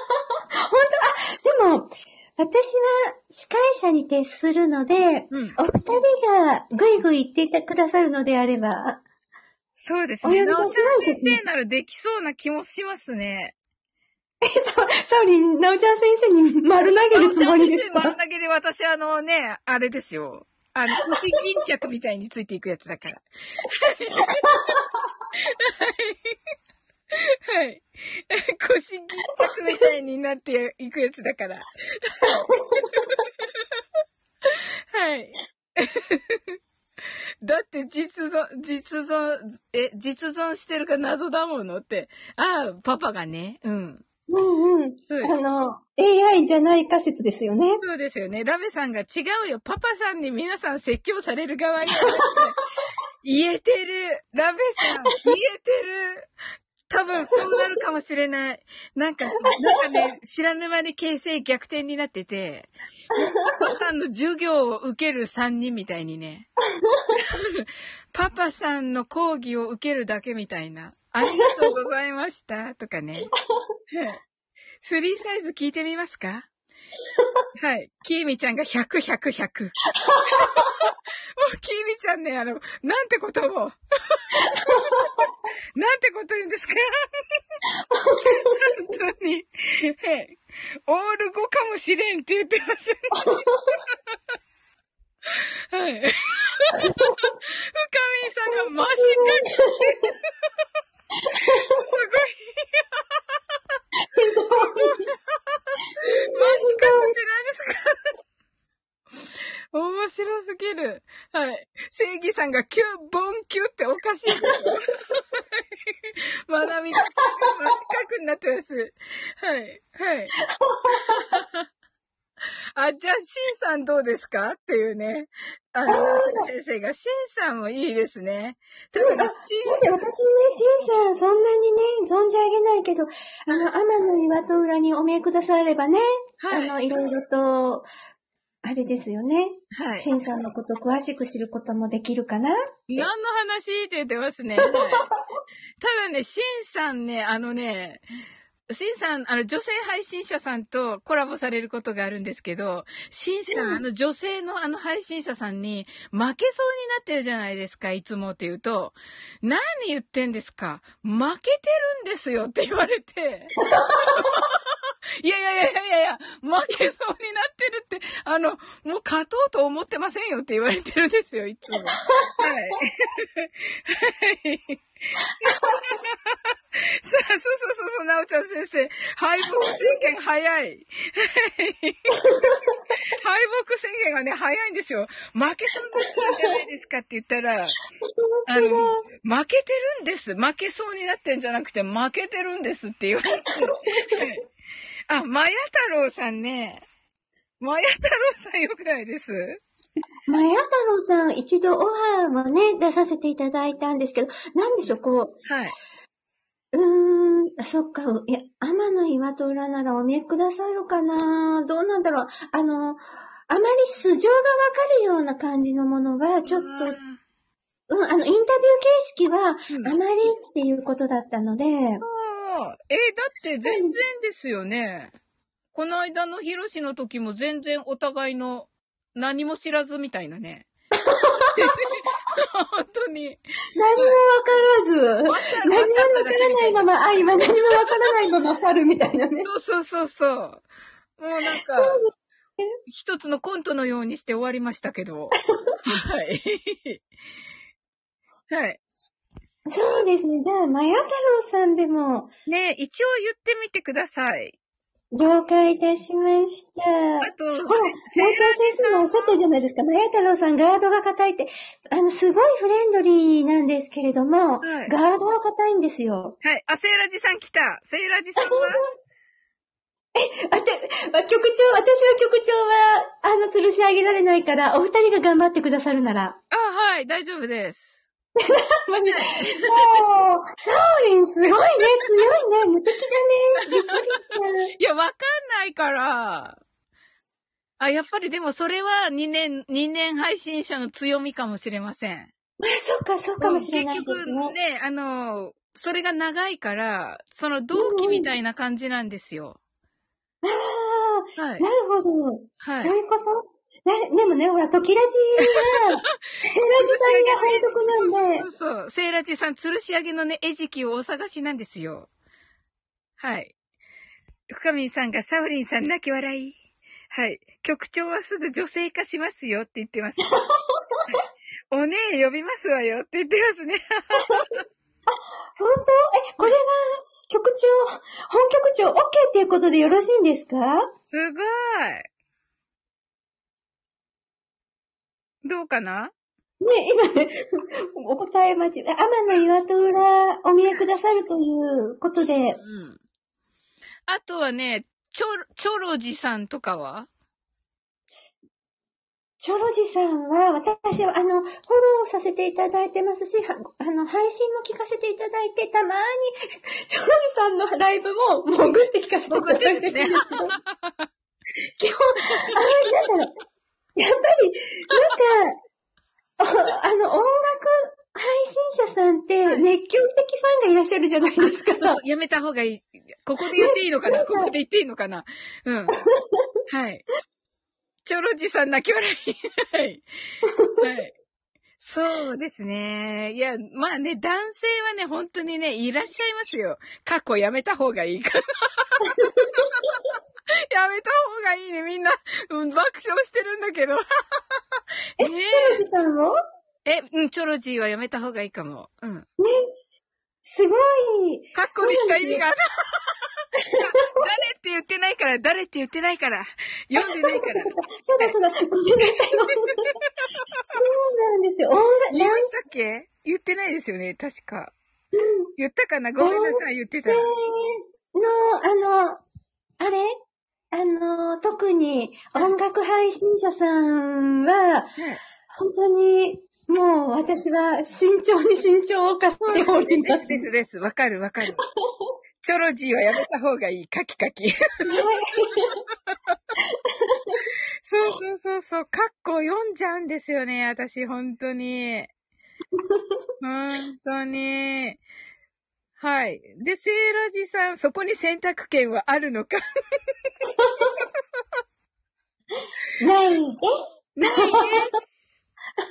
B: 当、あ、でも、私は司会者に徹するので、うん、お二人がぐいぐい言っていてくださるのであれば。
A: そうですね。なおちゃん先生ならできそうな気もしますね。
B: え、さ、サオリン、なおちゃん先生に丸投げるつもりですか？
A: 丸投げで私あのね、あれですよ。あの、腰巾着みたいについていくやつだから。はい。腰巾着みたいになっていくやつだから。はい。だって実存、実存、え、実存してるか謎だものって。ああ、パパがね。うん。
B: うんうん。そうです。あの、エーアイ じゃないか説ですよね。
A: そうですよね。ラベさんが違うよ。パパさんに皆さん説教される側に言えてる。ラベさん、言えてる。多分そうなるかもしれない。なんか、なんかね、知らぬ間に形勢逆転になってて、パパさんの授業を受けるさんにんみたいにね。パパさんの講義を受けるだけみたいな。ありがとうございました。とかね。スリーサイズ聞いてみますか？はい。キーミちゃんがひゃく、ひゃく、ひゃく。もうキーミちゃんね、あの、なんてことを。なんてこと言うんですか？本当に。はい。オールごかもしれんって言ってます。はい。深見さんがマシカすごい。
B: ひどい。
A: マシカって何ですか？面白すぎる。はい。正義さんがキュッ、ボンキュっておかしいですよ。 まなみが真四角になってます。はい。はい。あ、じゃあ、シンさんどうですかっていうね。あの、先生が、シンさんもいいですね。
B: ただ、シン、私ね、シンさん、そんなにね、存じ上げないけど、あの、天の岩戸裏にお見えくださればね、はい、あの、いろいろと、あれですよね。はい。シンさんのこと詳しく知ることもできるかなって。
A: 何の話って言ってますね。はい、ただね、シンさんね、あのね、シンさん、あの、女性配信者さんとコラボされることがあるんですけど、シンさん、うん、あの、女性のあの配信者さんに負けそうになってるじゃないですか、いつもって言うと、何言ってんですか？負けてるんですよって言われて。いやいやいやいやいや、負けそうになってるって、あの、もう勝とうと思ってませんよって言われてるんですよ、いつも。はい。はい。さあ、そうそうそうそう、なおちゃん先生。敗北宣言早い。敗北宣言がね、早いんですよ。負けそうになってるんじゃないですかって言ったら、あの、負けてるんです。負けそうになってるんじゃなくて、負けてるんですって言われて。あ、まや太郎さんね。まや太郎さんよくないです？
B: まや太郎さん、一度オファーもね、出させていただいたんですけど、なんでしょう、こう。はい。うーん、あ、そっか、いや、天の岩戸裏ならお見えくださるかな？どうなんだろう。あの、あまり素性がわかるような感じのものは、ちょっと、うん、あの、インタビュー形式は、あまりっていうことだったので。うん、ああ、
A: えー、だって全然ですよね。この間のヒロシの時も全然お互いの何も知らずみたいなね。本当に。
B: 何もわからず、何もわからないまま、あ、今何もわからないまま去るみたいなね。
A: そうそうそうそう。もうなんか、一つのコントのようにして終わりましたけど。はい。はい。
B: そうですね。じゃあ、まや太郎さんでも。
A: ね、一応言ってみてください。
B: 了解いたしました。あと、ほら、なおちゃん先生もおっしゃってるじゃないですか。まや太郎さんガードが硬いって、あの、すごいフレンドリーなんですけれども、はい、ガードは硬いんですよ。
A: はい。あ、セイラジさん来た。セイラジさんは
B: え、あて、局長、私の局長は、あの、吊るし上げられないから、お二人が頑張ってくださるなら。
A: あ、はい、大丈夫です。もう、
B: サオリンすごいね、強いね、無敵だね。びっくりした。
A: いや、わかんないから。あ、やっぱりでもそれはにねん、にねん配信者の強みかもしれません。あ、
B: そっか、そうかもしれないですね。
A: 結局ね、あの、それが長いから、その同期みたいな感じなんですよ。
B: うんうん、ああ、はい、なるほど。はい。そういうこと？ね、でもね、ほら、トキラジは、セイラジさんが本職なんで。
A: そうそうそう。セイラジさん、吊るし上げのね、餌食をお探しなんですよ。はい。深見さんが、サオリンさん泣き笑い。はい。局長はすぐ女性化しますよって言ってます。はい、お姉呼びますわよって言ってますね。
B: あ、本当？え、これは、局長、本局長 OK っていうことでよろしいんですか？
A: すごい。どうかな？ね、
B: 今ね、お答え待ち、天の岩戸裏お見えくださるということで。うん。
A: あとはね、ちょ、ちょろじさんとかは？
B: チョロジさんは、私は、あの、フォローさせていただいてますし、あの、配信も聞かせていただいて、たまに、チョロジさんのライブも、潜って聞かせていただいてるんですけど。基本、あ、なんだろう。やっぱり、なんか、あの、音楽配信者さんって、熱狂的ファンがいらっしゃるじゃないですか。
A: そう、やめた方がいい。ここで言っていいのかなここで言っていいのかなうん。はい。チョロジさん泣き笑い。はい。はい。そうですね。いや、まあね、男性はね、本当にね、いらっしゃいますよ。過去やめた方がいいから。やめた方がいいね。みんな、うん、爆笑してるんだけど。
B: え、チョロジさんも？
A: え、うん、チョロジーはやめた方がいいかも。うん。ね。
B: すごい。
A: カッコにした意味がある。誰って言ってないから、誰って言ってないから。読んでないから。
B: そうだそうだ。ごめんなさい。ごめんなさい。そうなんですよ。音楽。
A: 言いましたっけ？言ってないですよね、確か。うん。 言ったかなごめんなさい、言ってたら。
B: の、あの、あれあの、特に音楽配信者さんは、はい、本当に、もう私は慎重に慎重を課しております。
A: ですですです。わかるわかる。チョロジーはやめた方がいい。カキカキ。そうそうそうそう。カッコ読んじゃうんですよね。私、本当に。本当に。はい。で、セーラジさん、そこに選択権はあるのか
B: ないです。
A: ないです。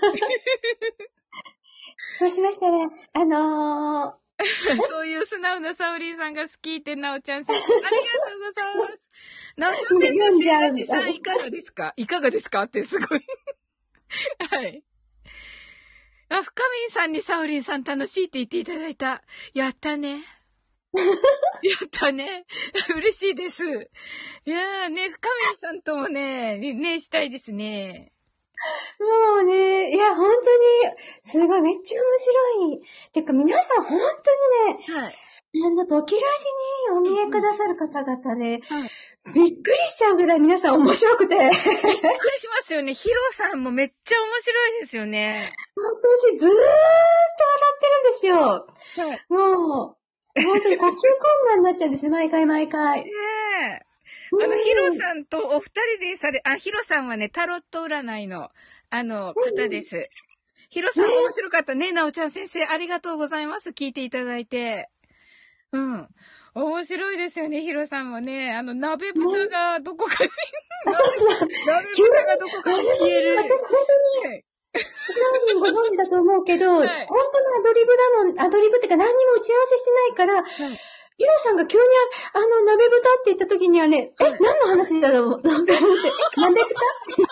B: そうしましたら、あのー、
A: そういう素直なサオリンさんが好きってなおちゃん先生。ありがとうございます。なおちゃん先生、セーラジさんいかがですかいかがですかってすごい。はい。あ、深みんさんにサオリンさん楽しいって言っていただいた。やったね。やったね。嬉しいです。いやーね、深みんさんともね、ね、したいですね。
B: もうね、いや、本当に、すごい、めっちゃ面白い。てか、皆さん本当にね、はい。あの、ドキラジにお見えくださる方々ね、うんはい、びっくりしちゃうぐらい皆さん面白くて。びっくり
A: しますよね。ヒロさんもめっちゃ面白いですよね。
B: 私、ずーっと笑ってるんですよ。はい、もう、本当に呼吸困難になっちゃうんですよ、毎回毎回。ね
A: え。あの、ヒロさんとお二人でされ、あ、ヒロさんはね、タロット占いの、あの、方です。ヒロさん面白かったね。なおちゃん先生、ありがとうございます。聞いていただいて。うん。面白いですよね、ヒロさんもね。あの、鍋豚がどこかに、
B: あ、そうそう。
A: 鍋豚がどこかに消える。
B: 私、本当に、サオリンご存知だと思うけど、はい、本当のアドリブだもん、アドリブってか何にも打ち合わせしてないから、はいヒロさんが急にあ、あの、鍋豚って言った時にはね、え、何の話だろうと思って、え、鍋豚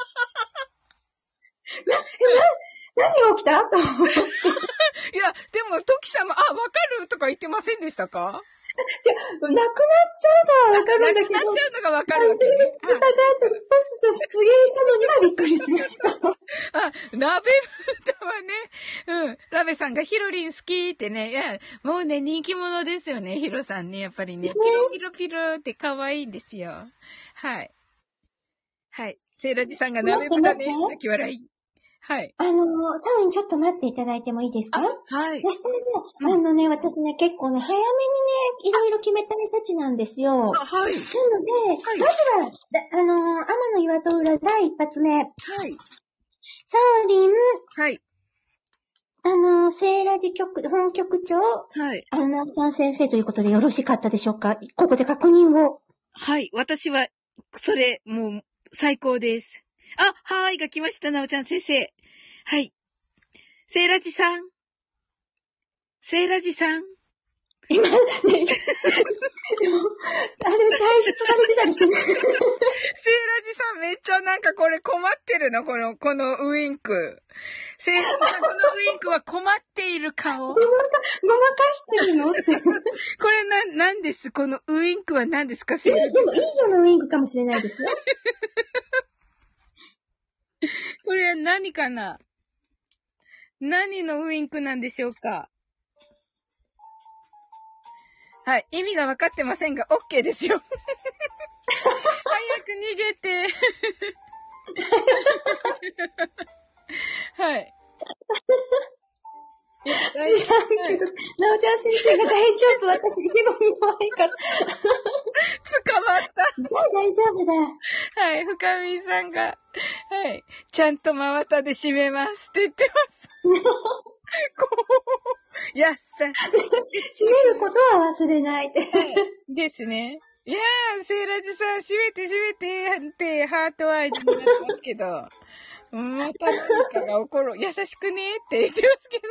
B: な、え、な、何が起きたと思って。
A: いや、でも、トキさんも、あ、わかるとか言ってませんでしたか
B: じゃなくなっちゃうのはわかるんだけど。なく
A: なっちゃうのがわかるわけね。
B: 豚が突如出現したのにはびっくりしました。
A: あ、鍋豚はね、うん。ラベさんがヒロリン好きってね、いや、もうね、人気者ですよね、ヒロさんね、やっぱりね。ねピロピロピロって可愛いんですよ。はい。はい。セイラジさんが鍋豚ね、泣き笑い。はい。
B: あの、サオリンちょっと待っていただいてもいいですか
A: はい。
B: そしたらね、うん、あのね、私ね、結構ね、早めにね、いろいろ決めたいたちなんですよ。
A: あ、はい。なので、
B: はい、まずは、あの、天の岩戸浦第一発目。はい。サオリン。
A: はい。
B: あの、セーラジ局、本局長。はい。あの、ナ先生ということでよろしかったでしょうかここで確認を。
A: はい。私は、それ、もう、最高です。あ、はーいが来ました、なおちゃん先生。はい。セーラジさん。セーラジさん。
B: 今、ね、でも、あれ、退出されてたりしてね。セーラ
A: ジさんめっちゃなんかこれ困ってるのこの、このウインク。セーラジさん、このウインクは困っている顔。ごまか、
B: ごまかしてるの
A: これな、なんですこのウインクは何ですかセーラジさん。
B: でも、インドのウインクかもしれないですよ。
A: これは何かな何のウインクなんでしょうかはい。意味が分かってませんが、OK ですよ。早く逃げて。はい。
B: 知らんけど、なおちゃん先生が大丈夫。私、ゲボに弱いから。
A: 捕まった。
B: 大丈夫だ。
A: はい。深見さんが、はい。ちゃんと真綿で締めますって言ってます。こう、やっさ。
B: 締めることは忘れないって。
A: ですね。いやー、セーラジさん、締めて締めて、って、ハートアイズになってますけど。また何かが起こる。優しくねって言ってますけ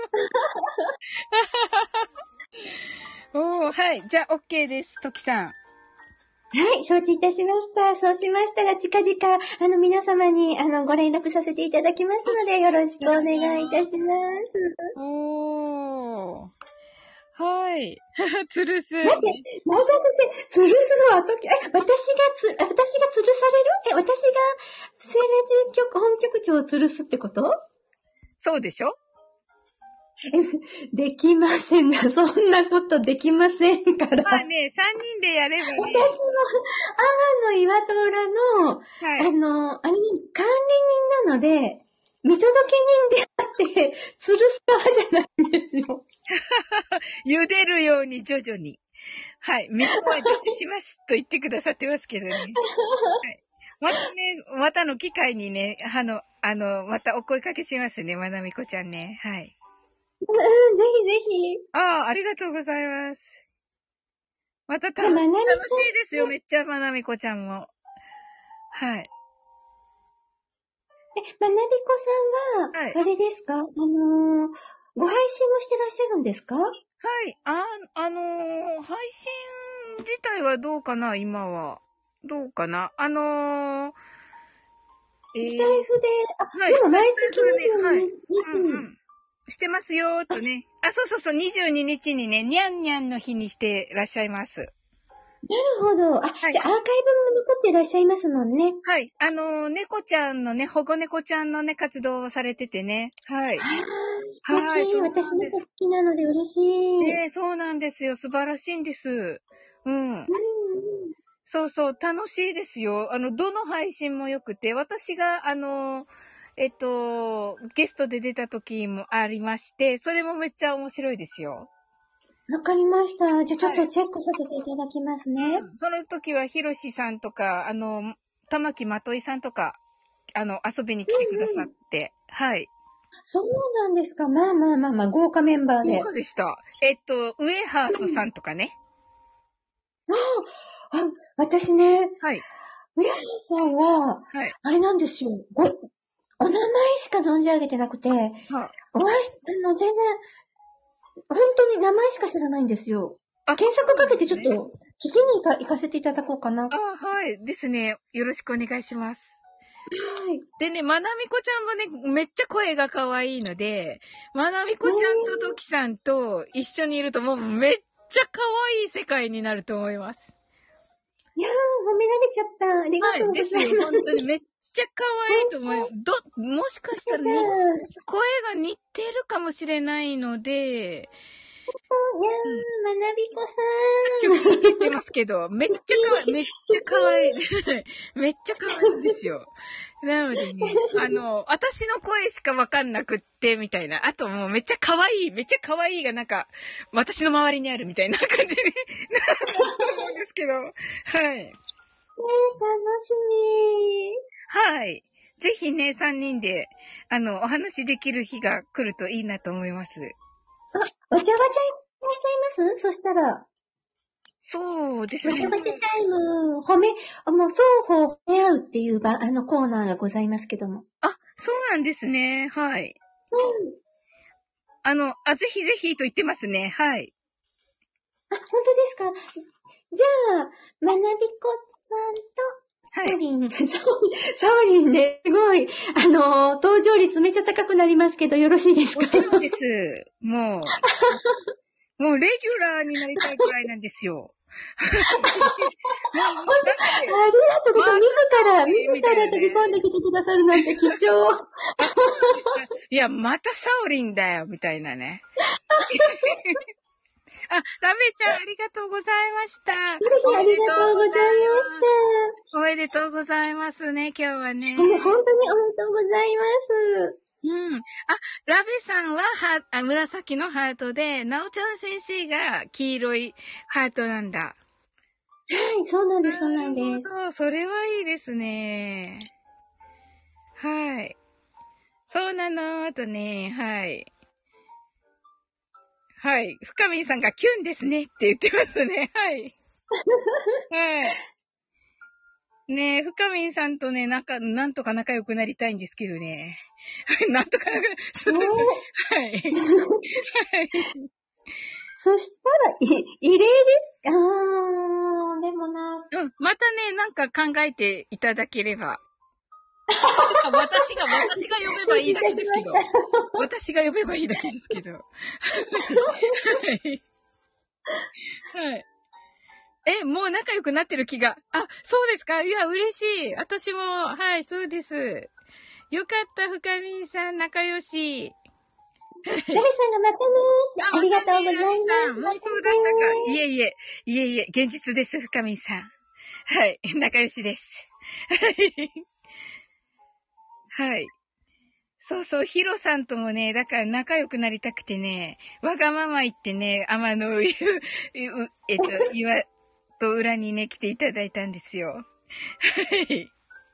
A: ど。おー、はい。じゃあ、OK です。トキさん。
B: はい、承知いたしました。そうしましたら、近々、あの、皆様に、あの、ご連絡させていただきますので、よろしくお願いいたします。
A: おー。はい。つるす。
B: 待って、なおちゃん先生、つるすの後、え、私がつ、私がつるされるえ、私が、セーラジ局、本局長をつるすってこと？
A: そうでしょ？
B: できませんな。そんなことできませんから。
A: まあね、三人でやればね。私も、
B: 天の岩戸浦の、はい、あの、あれなんです、管理人なので、見届け人であって、吊るす側じゃないんですよ。
A: 茹でるように徐々に。はい。水は助手しますと言ってくださってますけどね。はい。またね、またの機会にね、あの、あの、またお声かけしますね、まなみこちゃんね。はい。
B: うん、ぜひぜひ。
A: ああ、ありがとうございます。また楽しい、楽しいですよ、めっちゃまなみこちゃんも。はい。
B: え、まなみこさんは、はい、あれですか、あのー、ご配信もしてらっしゃるんですか？
A: はい。あ、あのー、配信自体はどうかな、今は。どうかな。あのー、
B: えー、スタイフで、あ、はい、でも毎月にじゅうににち、はい、うんうん。
A: してますよ、とね。あ、そうそうそう、にじゅうににちにね、にゃんにゃんの日にしてらっしゃいます。
B: なるほど。あ、はい、じゃあアーカイブも残っていらっしゃいますもんね。
A: はい。あの、猫ちゃんのね、保護猫ちゃんのね、活動をされててね。はい。
B: はい。私猫好きなので嬉しい。
A: ええー、そうなんですよ。素晴らしいんです。うん。うん、そうそう、楽しいですよ。あの、どの配信も良くて、私が、あの、えっと、ゲストで出た時もありまして、それもめっちゃ面白いですよ。
B: わかりました。じゃあちょっとチェックさせていただきますね。はい、
A: うん、その時はひろしさんとか、あの、玉木まといさんとか、あの、遊びに来てくださって、うんうん、はい。
B: そうなんですか。まあまあまあまあ、豪華メンバーで。
A: 豪華でした。えっと、ウエハースさんとかね。
B: うん、ああ、私ね。
A: はい。
B: ウエハースさんは、はい、あれなんですよ。ご、お名前しか存じ上げてなくて、はい、お会いし、あの、全然、本当に名前しか知らないんですよ。検索かけてちょっと、聞きに行か、行かせていただこうかな。
A: あ、はい。ですね。よろしくお願いします。
B: はい。
A: でね、まなみこちゃんもね、めっちゃ声が可愛いので、まなみこちゃんとトキさんと一緒にいるともうめっちゃ可愛い世界になると思います。
B: いやー、褒められちゃった。ありがとうございます。はい、ですよ。
A: 本当にめっちゃ可愛いと思います。ど、もしかしたら、ね、声が似てるかもしれないので、
B: いやー、まなびこさ
A: ん。言ってますけど、めっちゃ可愛い、めっちゃ可愛い。めっちゃ可愛いんですよ。なのでね、あの、私の声しかわかんなくって、みたいな。あともうめっちゃ可愛い、めっちゃ可愛いがなんか、私の周りにあるみたいな感じになると思うんですけど。はい。ね、
B: 楽しみ。
A: はい。ぜひね、三人で、あの、お話できる日が来るといいなと思います。
B: あ、わちゃわちゃいらっしゃいます？そしたら。
A: そうですね。
B: わちゃわちゃタイム、褒め、もう双方褒め合うっていうば、あのコーナーがございますけども。
A: あ、そうなんですね。はい。
B: うん。
A: あの、あ、ぜひぜひと言ってますね。はい。
B: あ、本当ですか？じゃあ、まなびこさんと、サオリン、はい、サオリンね、すごい、あの、登場率めっちゃ高くなりますけど、よろしいですか？
A: もちろんです。もう、もうレギュラーになりたいくらいなんですよ。
B: 本当ありがとうございます。自ら、自ら飛び込んできてくださるなんて貴重。
A: いや、またサオリンだよ、みたいなね。あ、ラメちゃんありがとうございました。
B: ラメちゃんありがとうございました。
A: おめでとうございますね、今日はね。
B: 本当におめでとうございます。
A: うん。あ、ラベさんはハあ紫のハートで、なおちゃん先生が黄色いハートなんだ。は
B: い、そうなんです、そうなんです。
A: そう、それはいいですね。はい。そうなの、とね、はい。はい。深見さんがキュンですねって言ってますね。はい。はい。ねえ、深見さんとね、なんか、なんとか仲良くなりたいんですけどね。なんとか仲良く、はい。はい。
B: そしたら、い、異例ですか？あー、でもな。
A: うん、またね、なんか考えていただければ。私が、私が呼べばいいだけですけど。私が呼べばいいだけですけど。はい。はい。え、もう仲良くなってる気が。あ、そうですか？いや、嬉しい。私も、はい、そうです。よかった、深見さん、仲良し。
B: ラベさんがまたねーって、ありがとうございます。
A: もうそうだったか。いえいえ、いえいえ、現実です、深見さん。はい、仲良しです。はい。はい。そうそう、ヒロさんともね、だから仲良くなりたくてね、わがまま言ってね、天の湯、えっと、岩と裏にね、来ていただいたんですよ。はい。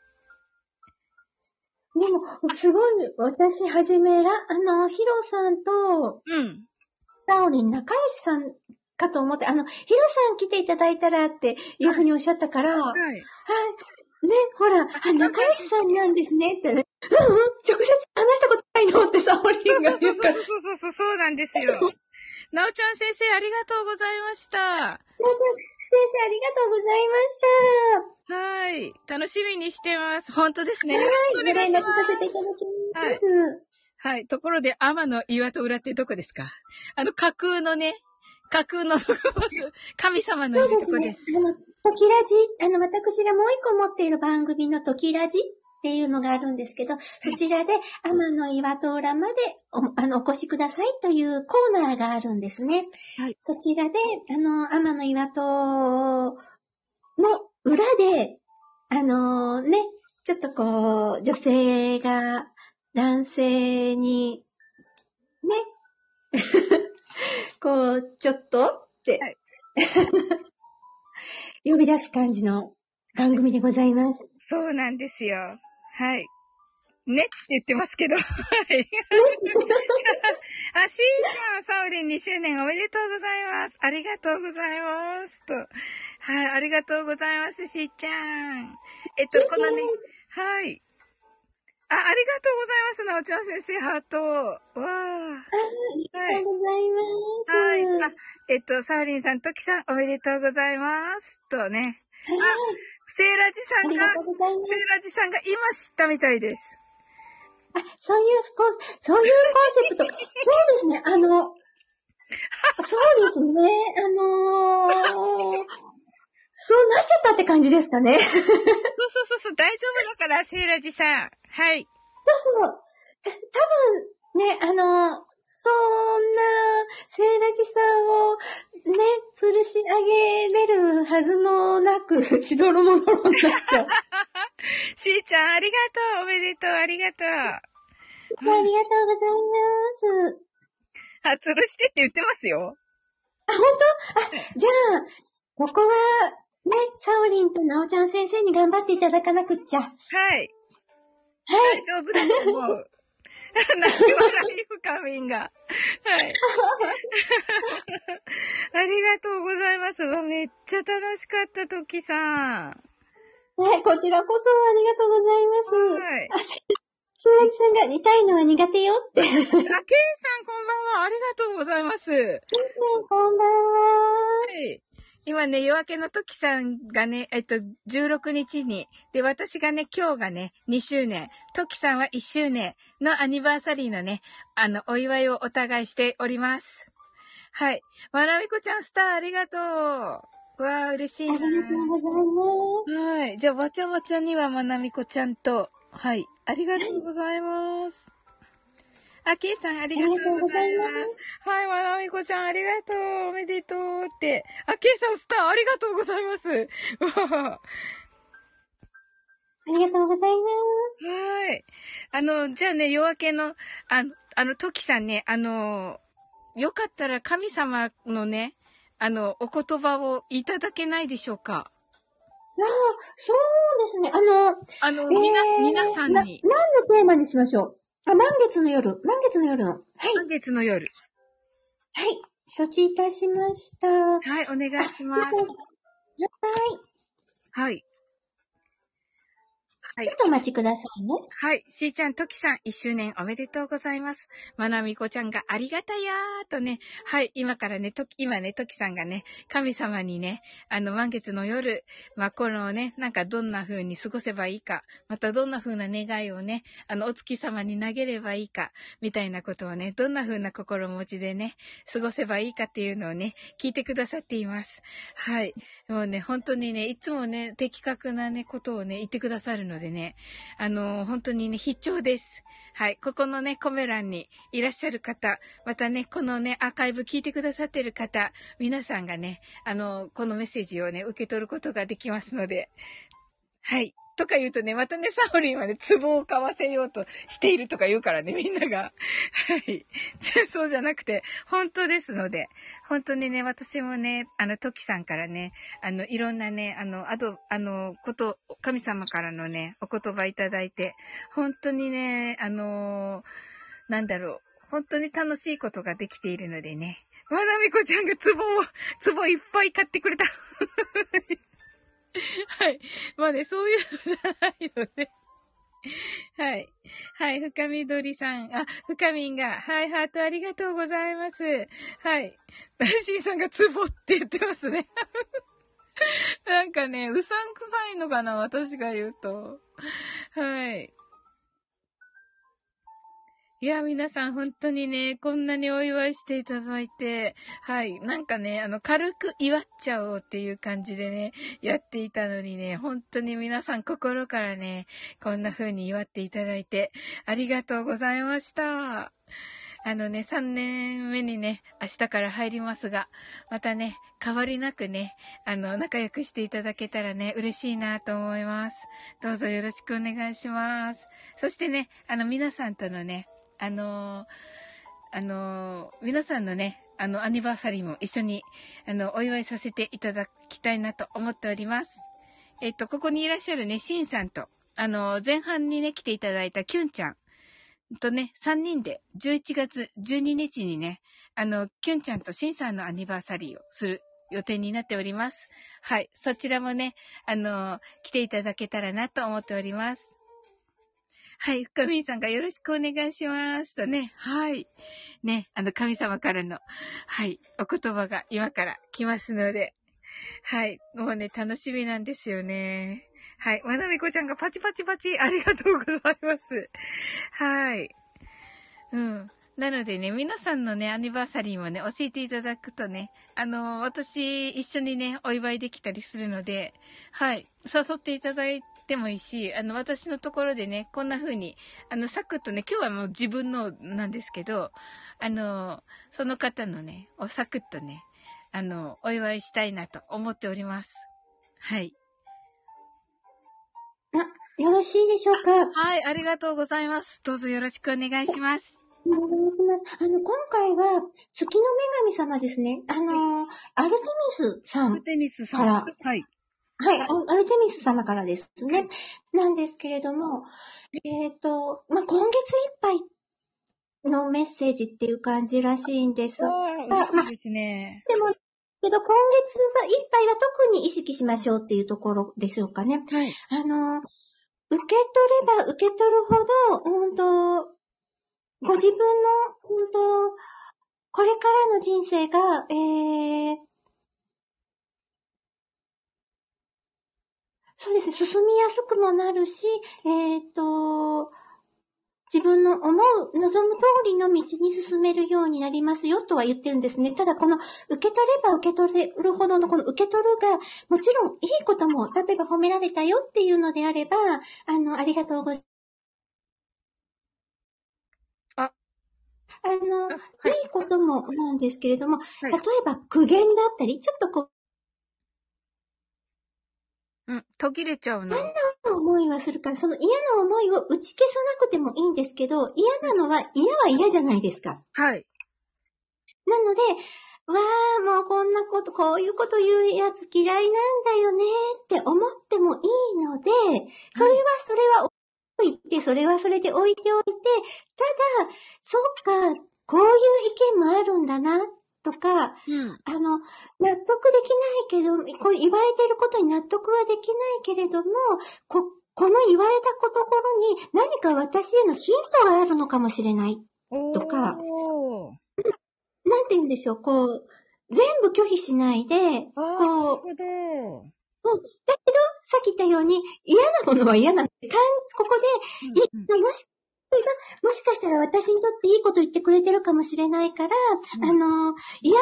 B: でも、すごい、私はじめら、あの、ヒロさんと、
A: うん。
B: サオリン仲良しさんかと思って、あの、ヒロさん来ていただいたらっていうふうにおっしゃったから、はい。はい。ね、ほら、あ、仲良しさんなんですねってね。うんうん、直接話したことないのってサオリンが言うから。
A: そうそうそうそう、そうなんですよ。なおちゃん先生、ありがとうございました。なおちゃん先
B: 生、ありがとうございました。
A: はい。楽しみにしてます。本当ですね。よろしくお願いします。
B: はい。ご連絡させていただきます。はい。
A: はい。ところで、天の岩と裏ってどこですか？あの、架空のね、架空の神様のいるとこです。
B: そうですね。あの、時ラジ、あの、私がもう一個持っている番組の時ラジっていうのがあるんですけど、そちらで天の岩と裏までお、あの、お越しくださいというコーナーがあるんですね。はい。そちらで、あの、天の岩との裏で、あのね、ちょっとこう、女性が男性に、ね、こう、ちょっとって、はい、呼び出す感じの番組でございます。
A: そうなんですよ。はい。ねって言ってますけど。はい。あ、しーちゃん、サオリンにしゅうねんおめでとうございます。ありがとうございます。と。はい、ありがとうございます、しーちゃん。えっと、このね、はい。あ、ありがとうございます、なおちゃん先生、ハート。わー。あ
B: りがとうございます。はい。
A: はい。あ、えっと、サオリンさん、トキさん、おめでとうございます。とね。はい。あ、セイラジさんが、セイラジさんが今知ったみたいです。
B: あ、そういうコン、そういうコンセプト。そうですね、あの、そうですね、あのー、そうなっちゃったって感じですかね。そうそう
A: そうそう、大丈夫だから、セイラジさん。はい。
B: そうそう。多分、ね、あの、そんな、セイラジさんを、ね、吊るし上げれるはずもなく、しどろもどろになっちゃう。
A: しーちゃん、ありがとう。おめでとう。ありがとう。じゃあ、
B: ありがとうございます。
A: あ、吊るしてって言ってますよ。
B: あ、本当？あ、じゃあ、ここは、ね、サオリンとナオちゃん先生に頑張っていただかなくっちゃ。はい。
A: はい。大丈夫だと思う。泣き笑い深みんが。はい。ありがとうございます。めっちゃ楽しかった、トキさん。
B: はい、こちらこそありがとうございます。はい。セイラジさんが痛いのは苦手よって。あ、ケイさんこんばん
A: は。ありがとうございます。ケイさ
B: んこんばんは。
A: はい。今ね、夜明けの時さんがね、えっと、じゅうろくにちに、で、私がね、今日がね、にしゅうねん、時さんはいっしゅうねんのアニバーサリーのね、あの、お祝いをお互いしております。はい。まなみこちゃんスターありがとう。わー、嬉しいな。
B: ありがとうございます。
A: はい。じゃあ、わちゃわちゃにはまなみこちゃんと、はい。ありがとうございます。あ、ケイさんありがとうございます。はい、まなみこちゃんありがとう。おめでとうって。あ、ケイさんスターありがとうございます。
B: ありがとうございます。
A: はい。あの、じゃあね、夜明けの、あの、あの、トキさんね、あの、よかったら神様のね、あの、お言葉をいただけないでしょうか。
B: ああ、そうですね。あの、
A: あの、みな、皆さんに。な、
B: 何のテーマにしましょう。あ、満月の夜。満月の夜の。はい。
A: 満月の夜。
B: はい。承知いたしました。は
A: い、お願いします。はい。はい。
B: はい、ちょっとお待ちくださいね。
A: はい。しーちゃん、ときさん、いっしゅうねんおめでとうございます。まなみこちゃんがありがたやーとね。はい。今からね、とき、今ね、ときさんがね、神様にね、あの、満月の夜、まあ、このね、なんかどんな風に過ごせばいいか、またどんな風な願いをね、あの、お月様に投げればいいか、みたいなことをね、どんな風な心持ちでね、過ごせばいいかっていうのをね、聞いてくださっています。はい。 もうね、本当にね、いつもね、的確なね、ことをね、言ってくださるのでね、あのー、本当にね、必聴です。はい。ここのね、コメ欄にいらっしゃる方、またね、このね、アーカイブ聞いてくださってる方、皆さんがね、あのー、このメッセージをね、受け取ることができますので、はい。とか言うとね、またね、サオリンはね、壺を買わせようとしているとか言うからね、みんなが。はい。そうじゃなくて、本当ですので、本当にね、私もね、あの、トキさんからね、あの、いろんなね、あの、あと、あの、こと、神様からのね、お言葉いただいて、本当にね、あの、なんだろう、本当に楽しいことができているのでね、まなみこちゃんが壺を、壺いっぱい買ってくれた。はい。まあね、そういうのじゃないので。はい。はい。深みどりさん。あ、深みんが。はい、ハートありがとうございます。はい。ダイシーさんがツボって言ってますね。なんかね、うさんくさいのかな、私が言うと。はい。いや、皆さん本当にね、こんなにお祝いしていただいて、はい。なんかね、あの、軽く祝っちゃおうっていう感じでね、やっていたのにね、本当に皆さん心からね、こんな風に祝っていただいて、ありがとうございました。あのね、さんねんめにね、明日から入りますが、またね、変わりなくね、あの、仲良くしていただけたらね、嬉しいなと思います。どうぞよろしくお願いします。そしてね、あの、皆さんとのね、あのー、あのー、皆さんのね、あの、アニバーサリーも一緒に、あの、お祝いさせていただきたいなと思っております。えっと、ここにいらっしゃるね、シンさんと、あの、前半にね、来ていただいたキュンちゃんとね、さんにんでじゅういちがつじゅうににちにね、あの、キュンちゃんとシンさんのアニバーサリーをする予定になっております。はい。そちらもね、あの、来ていただけたらなと思っております。はい。深見さんがよろしくお願いしますとね。はい。ね、あの、神様からの、はい、お言葉が今から来ますので。はい。もうね、楽しみなんですよね。はい。まなみこちゃんがパチパチパチ、ありがとうございます。はい。うん。なのでね、皆さんのね、アニバーサリーもね、教えていただくとね、あの、私、一緒にね、お祝いできたりするので、はい、誘っていただいてもいいし、あの、私のところでね、こんな風に、あの、サクッとね、今日はもう自分のなんですけど、あの、その方のね、おサクッとね、あの、お祝いしたいなと思っております。はい。
B: あ、よろしいでしょうか？
A: はい、ありがとうございます。どうぞよろしくお願いします。
B: お願いします。あの、今回は、月の女神様ですね。あの、アルテミスさんから。アルテミスさん。はい。はい、アルテミス様からですね。なんですけれども、えっと、まあ、今月いっぱいのメッセージっていう感じらしいんですが、
A: まあ、ですね。
B: でも、けど今月はいっぱいは特に意識しましょうっていうところでしょうかね。はい。あの、受け取れば受け取るほど、本当ご自分の、本当これからの人生が、えー、そうですね、進みやすくもなるし、えっと、自分の思う、望む通りの道に進めるようになりますよとは言ってるんですね。ただこの受け取れば受け取れるほどのこの受け取るが、もちろんいいことも、例えば褒められたよっていうのであれば、あの、ありがとうございます。
A: あ、
B: あの、はい、いいこともなんですけれども、はい、例えば苦言だったり、ちょっとこう、
A: うん、途切れちゃうな。
B: 嫌な思いはするから、その嫌な思いを打ち消さなくてもいいんですけど、嫌なのは嫌は嫌じゃないですか。
A: はい。
B: なので、わー、もうこんなこと、こういうこと言うやつ嫌いなんだよねって思ってもいいので、それはそれは置いて、それはそれで置いておいて、ただ、そっか、こういう意見もあるんだな、とか、うん、あの、納得できないけど、これ言われていることに納得はできないけれども、こ、この言われたところに何か私へのヒントがあるのかもしれない、とか、なんて言うんでしょう、こう、全部拒否しないで、こう、なるほど。うん。だけど、さっき言ったように、嫌なものは嫌なので、ここで、うんうん、もし、もしかしたら私にとっていいこと言ってくれてるかもしれないから、うん、あの、嫌って思っ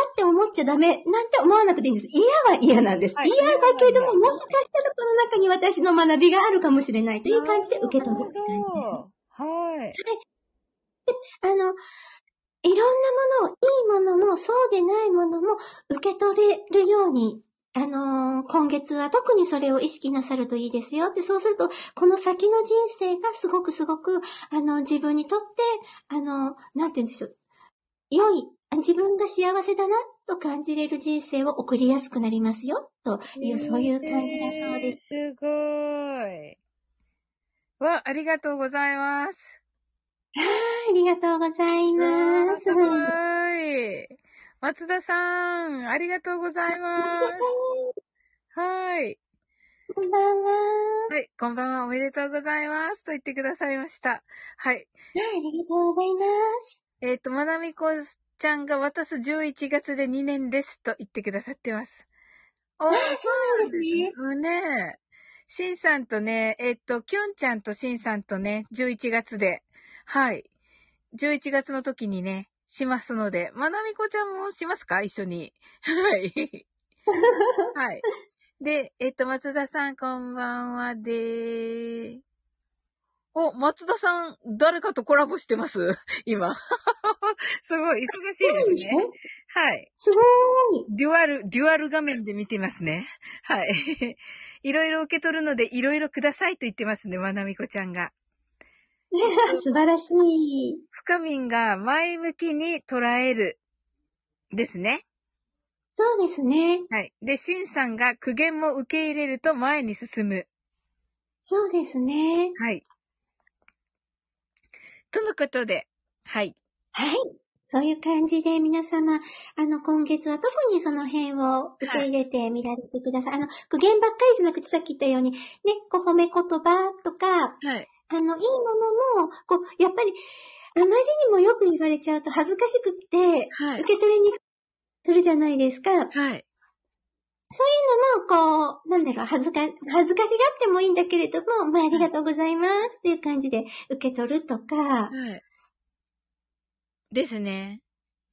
B: っちゃダメなんて思わなくていいんです。嫌は嫌なんです。はい、嫌だけども、もしかしたらこの中に私の学びがあるかもしれないという感じで受け取るって感じです。
A: はい。
B: はい。で、あの、いろんなものを、いいものも、そうでないものも受け取れるように、あのー、今月は特にそれを意識なさるといいですよ。で、そうすると、この先の人生がすごくすごく、あの、自分にとって、あの、なんて言うんでしょう。良い、自分が幸せだなと感じれる人生を送りやすくなりますよ。という、そういう感じだそうです。
A: すごーい。わ、ありがとうございます。
B: はい、ありがとうございます。
A: すごい。松田さん、ありがとうございます。はい。
B: こんばんは。
A: はい、こんばんは。おめでとうございます。と言ってくださいました。はい。はい、
B: ありがとうございます。
A: えっと、まなみこちゃんが渡すじゅういちがつでにねんですと言ってくださってます。
B: ああ、そうなんですね。
A: うんね。しんさんとね、えっと、きゅんちゃんとしんさんとね、じゅういちがつで、はい。じゅういちがつの時にね、しますので、まなみこちゃんもしますか？一緒に。はい。はい。で、えっと、松田さん、こんばんはでー。お、松田さん、誰かとコラボしてます今。すごい、忙しいですね。はい。
B: すごーい。
A: デュアル、デュアル画面で見てますね。はい。いろいろ受け取るので、いろいろくださいと言ってますね、まなみこちゃんが。
B: 素晴らしい。
A: 深みんが前向きに捉える。ですね。
B: そうですね。
A: はい。で、しんさんが苦言も受け入れると前に進む。
B: そうですね。
A: はい。とのことで、はい。
B: はい。そういう感じで皆様、あの、今月は特にその辺を受け入れてみられてください。はい、あの、苦言ばっかりじゃなくてさっき言ったように、ね、こう褒め言葉とか、はい。あの、いいものも、こう、やっぱり、あまりにもよく言われちゃうと恥ずかしくって、はい、受け取りにくくするじゃないですか。はい。そういうのも、こう、なんだろう、恥ずか、恥ずかしがってもいいんだけれども、まあ、ありがとうございますっていう感じで受け取るとか。はい。
A: ですね。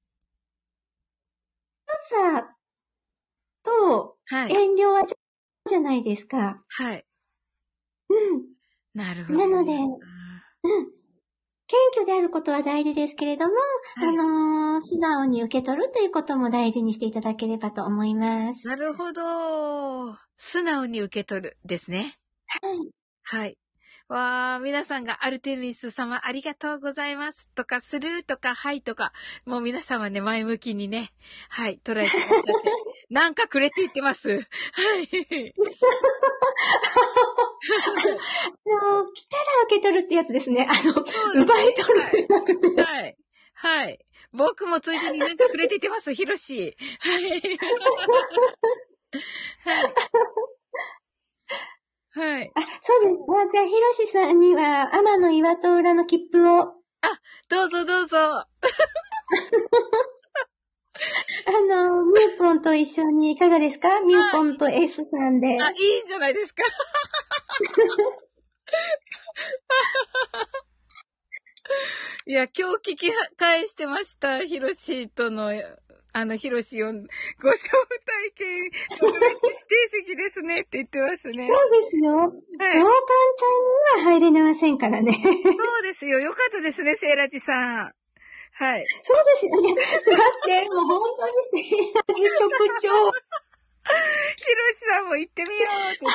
B: さと、遠慮はじゃないですか。
A: はい。
B: うん。
A: なるほど。
B: なので、うん。謙虚であることは大事ですけれども、はい、あのー、素直に受け取るということも大事にしていただければと思います。
A: なるほど。素直に受け取るですね。
B: はい。
A: はい。わー、皆さんがアルテミス様ありがとうございますとか、するとか、はいとか、もう皆様ね、前向きにね、はい、捉えてらっしゃって。なんかくれって言ってます。はい。
B: あの、来たら受け取るってやつですね。あの、ね、奪い取るってなくて。
A: はい。はい。僕もついでになんかくれって言ってます、ヒロシ。はい。はい。はい。
B: あ、そうです。じゃあ、ヒロシさんには、天の岩戸裏の切符を。
A: あ、どうぞどうぞ。あ
B: の、ミューポンと一緒にいかがですか？ミューポンと S さんで。
A: あ、いいんじゃないですか。いや、今日聞き返してました。ヒロシとの、あの、ヒロシをご招待券、特別指定席ですねって言ってますね。
B: そうですよ。はい、そう簡単には入れませんからね。
A: そうですよ。よかったですね、セイラジさん。はい。
B: そうですよ。いや、ちょっと待って、もう本当にセイラジ局長。
A: ヒロシさんも行ってみようって言って。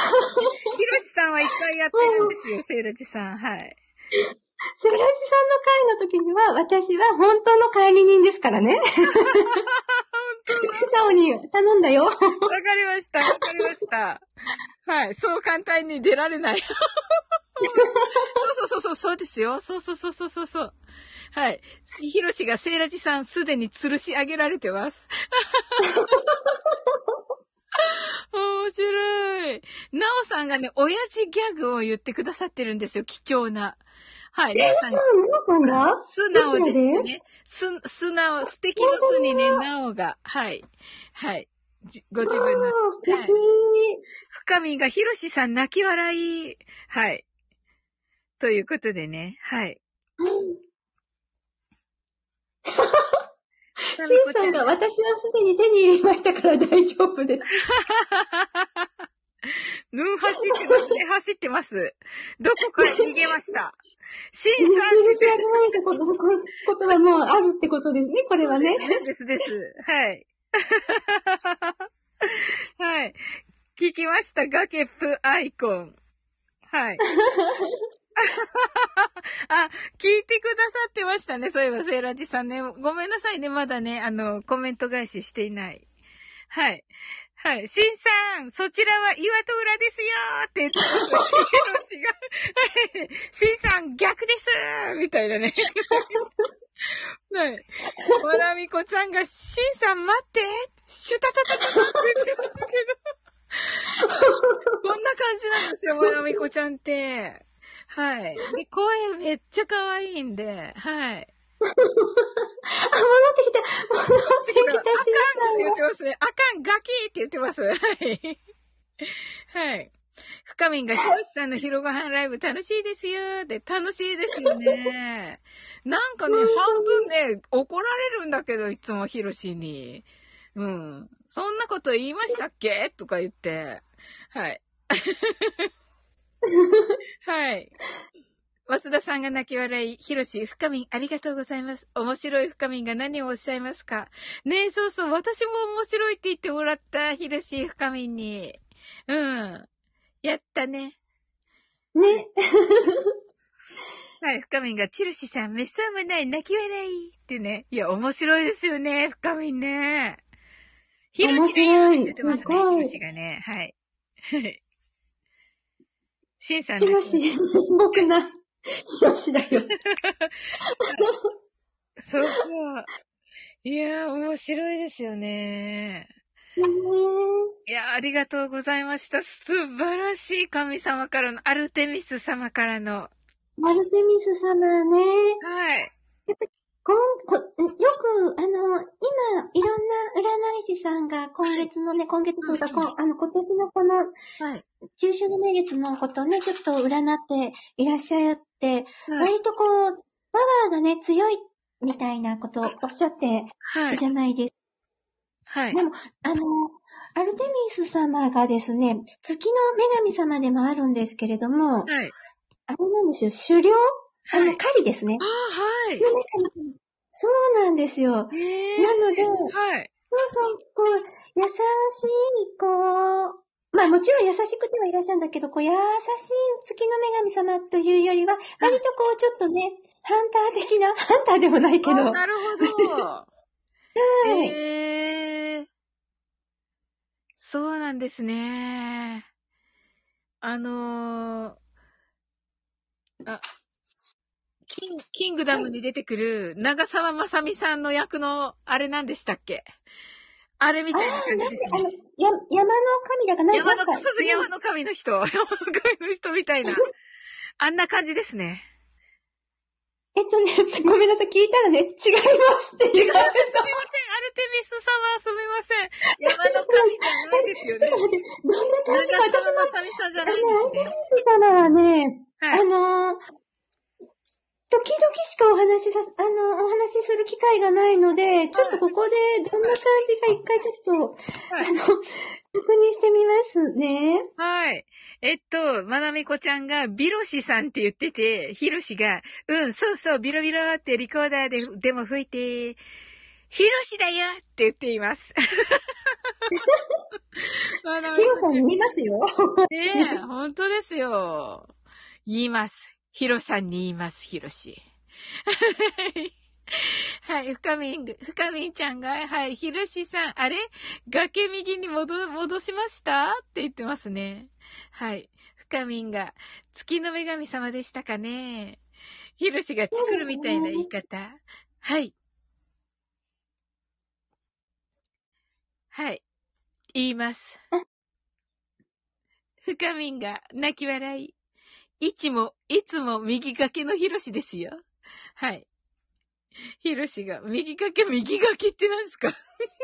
A: ヒロシさんはいっぱいやってるんですよ、セイラジさん。はい。
B: セイラジさんの会の時には、私は本当の管理人ですからね。本当サオに頼んだよ。わか
A: りました、わかりました。はい、そう簡単に出られない。そうそうそう、そうですよ。そうそうそうそうそう。はい。ヒロシがセイラジさんすでに吊るし上げられてます。面白い。ナオさんがね、親父ギャグを言ってくださってるんですよ。貴重な。はい。
B: えー、そう、ナオさんが
A: 素直ですね。す、素直、素敵の素にね、ナオが。はい。はい。ご自分の。
B: 素敵。はい、
A: 深みがヒロシさん泣き笑い。はい。ということでね。はい。
B: シンさんが私はすでに手に入れましたから大丈夫です。
A: ぬん走ってますね。走ってます。どこかに逃げました。シンさん。
B: 目つぶし上げられたこと、ことはもうあるってことですね、これはね。
A: ですです。はい。はい。聞きました。ガケプアイコン。はい。あ、聞いてくださってましたね。そういえば、セイラジさんね。ごめんなさいね。まだね、あの、コメント返ししていない。はい。はい。シンさん、そちらは岩戸浦ですよーって言ってます。ヒロシが。はい。シンさん、逆ですーみたいなね。はい。わらみこちゃんが、シンさん待ってシュタタタタタって言ってますけど。こんな感じなんですよ、わらみこちゃんって。はい。で、声めっちゃ可愛いんで、はい。
B: あ、戻ってきた戻ってきた、シンさんが。あかんって
A: 言ってますね。あかん、ガキって言ってます。はい。はい。深みんがひろしさんの昼ご飯ライブ楽しいですよって、楽しいですよね。なんかね、半分ね、怒られるんだけど、いつもひろしに。うん。そんなこと言いましたっけとか言って。はい。はい。松田さんが泣き笑い、ひろし、深みん、ありがとうございます。面白い深みんが何をおっしゃいますか？ねえ、そうそう、私も面白いって言ってもらった、ひろし、深みんに。うん。やったね。
B: ね。
A: はい、深みんが、チルシさん、めっそうもない、泣き笑いってね。いや、面白いですよね、深みんね。ひろしが言うって言ってますね、ひろしがね。はい。シンさん
B: チロシ、僕な、ヒロシだよ。
A: そうそう。いやー、面白いですよね。いやー、ありがとうございました。素晴らしい神様からの、アルテミス様からの。
B: アルテミス様ね。
A: はい。
B: やっぱりこんこ、よく、あの、今、いろんな占い師さんが今月のね、はい、今月というか、こあの、今年のこの、はい、中秋の名月のことをね、ちょっと占っていらっしゃって、はい、割とこう、パワーがね、強いみたいなことをおっしゃってるじゃないですか。はい。でも、あの、アルテミス様がですね、月の女神様でもあるんですけれども、はい。あれなんですよ、狩猟、はい、あの、狩りですね。ああ、はい。そうなんですよ。なので、はい。そうそう、こう、優しい、こう、まあもちろん優しくてはいらっしゃるんだけど、こう、優しい月の女神様というよりは、割とこう、ちょっとね、ハンター的な、ハンターでもないけど。なるほど。はい。えー、そうなんですね。あのー、あ、キン、キングダムに出てくる長澤まさみさんの役のあれなんでしたっけ？あれみたいな感じですね。ああ、なんで、あの、や、山の神だかな、山の、そうそう、山の神の人。山の神の人みたいな。あんな感じですね。えっとね、ごめんなさい、聞いたらね、違いますって言われた。すみません、アルテミス様、すみません。山の神じゃないですよね。ちょっと待って、どんな感じか、私の、まさみさんじゃないですね。アルテミス様はね、はい、あのー、時々しかお話しさ、あの、お話しする機会がないので、はい、ちょっとここでどんな感じか一回ちょっと、はい、あの、確認してみますね。はい。えっと、まなみこちゃんがビロシさんって言ってて、ヒロシが、うん、そうそう、ビロビロってリコーダーで、でも吹いて、ヒロシだよって言っています。ヒロさんに言いますよ。ねえ、本当ですよ。言います。ヒロさんに言います、ヒロシ。はい、深みん、深みんちゃんが、はい、ひろしさん、あれ崖右に戻、戻しましたって言ってますね。はい。深みんが、月の女神様でしたかね。ひろしがチクるみたいな言い方。はい。はい。言います。深みんが泣き笑い。いつも、いつも右掛けのひろしですよ。はい。ひろしが、右掛け、右掛けって何すか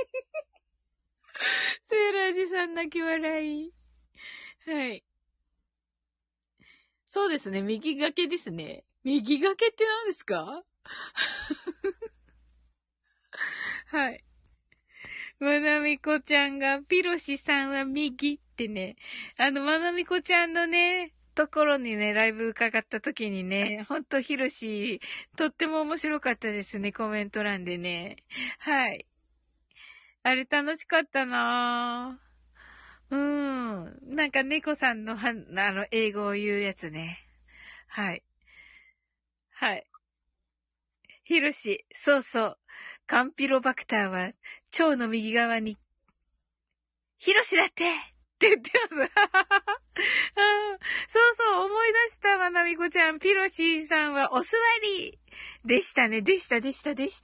B: セーラージさん泣き笑い。はい。そうですね、右掛けですね。右掛けって何ですか
A: はい。まなみこちゃんが、ピロシさんは右ってね、あの、まなみこちゃんのね、ところにね、ライブ伺った時にね、ほんとヒロシ、とっても面白かったですね、コメント欄でね。はい。あれ楽しかったなぁ。うん。なんか猫さんのは、あの、英語を言うやつね。はい。はい。ヒロシ、そうそう。カンピロバクターは、腸の右側に、ヒロシだってって言ってます。そうそう、思い出した、まなみこちゃん。ピロシーさんはお座りでしたね。でした、でした、でした。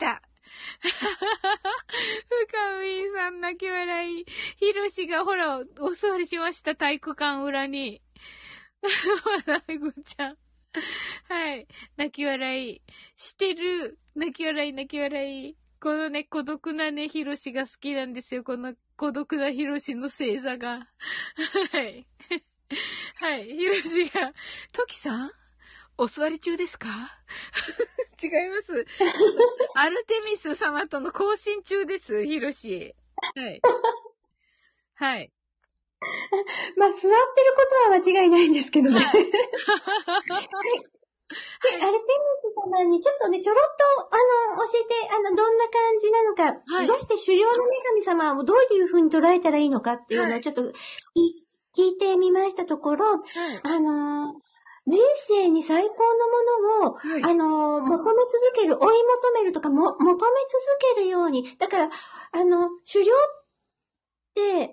A: 深みさん泣き笑い。ヒロシがほら、お座りしました。体育館裏に。まなみこちゃん。はい。泣き笑い。してる。泣き笑い、泣き笑い。このね、孤独なね、ヒロシが好きなんですよ。この孤独なヒロシの星座が。はい。はい。ヒロシが、トキさんお座り中ですか違います。アルテミス様との交信中です、ヒロシ。はい。はい。
B: まあ、座ってることは間違いないんですけどね。はい。はい。で、アルテミス様にちょっとね、ちょろっと、あの、教えて、あの、どんな感じなのか、はい、どうして狩猟の女神様をどういう風に捉えたらいいのかっていうのをちょっと、はい、聞いてみましたところ、はい、あの、人生に最高のものを、はい、あの、求め続ける、追い求めるとかも、求め続けるように、だから、あの、狩猟って、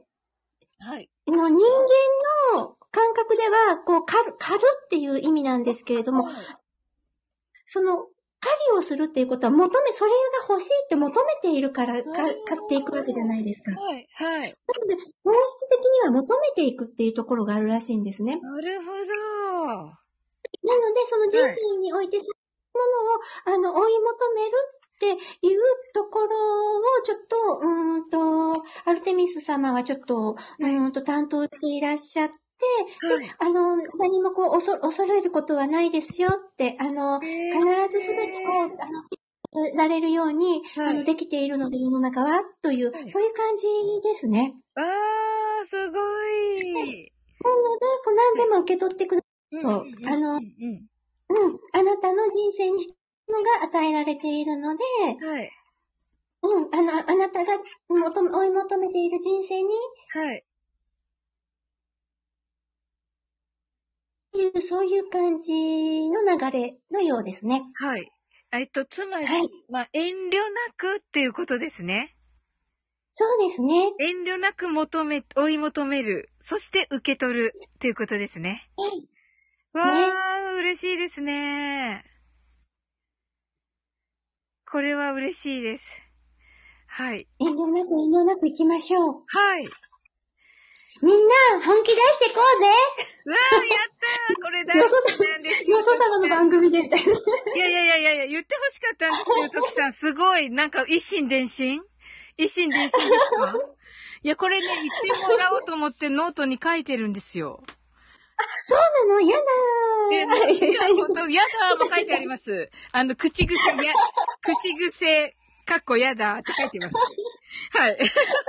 B: はい。の人間の感覚では、こう、狩る、狩るっていう意味なんですけれども、はい、その、狩りをするっていうことは求め、それが欲しいって求めているからか、買っていくわけじゃないですか。はい、はい。なので、本質的には求めていくっていうところがあるらしいんですね。
A: なるほど。なの
B: で、その人生において、はい、ものを、あの、追い求めるっていうところをちょっと、うーんと、アルテミス様はちょっと、うーんと担当していらっしゃって、はい、で、あの、何もこう、恐、恐れることはないですよって、あの、必ずすべてを、あの、られるように、はい、あの、できているので世の中は、という、はい、そういう感じですね。
A: あー、すごい。
B: なので、何でも受け取ってくださいと、はい、あの、うん、あなたの人生にのが与えられているので、はい。うん、あの、あなたが求め、追い求めている人生に、はい。いう、そういう感じの流れのようですね。
A: はい。えっと、つまり、はい、まあ、遠慮なくっていうことですね。
B: そうですね。
A: 遠慮なく求め、追い求める。そして受け取るっていうことですね。はい。わー、ね、嬉しいですね。これは嬉しいです。はい。
B: 遠慮なく遠慮なく行きましょう。
A: はい。
B: みんな、本気出してこうぜ。
A: うわー、やったー。これ大好きなんです
B: よそ様の番組でみたいな。
A: いやいやいやいや、言ってほしかったんですよ、トキさん。すごい、なんか一心伝心一心伝心ですか？いや、これね、言ってもらおうと思ってノートに書いてるんですよ。
B: あ、そうなの？やだー。
A: いや、ほんと、やだーも書いてあります。あの、口癖、や、口癖、かっこやだーって書いてます。はい。はい。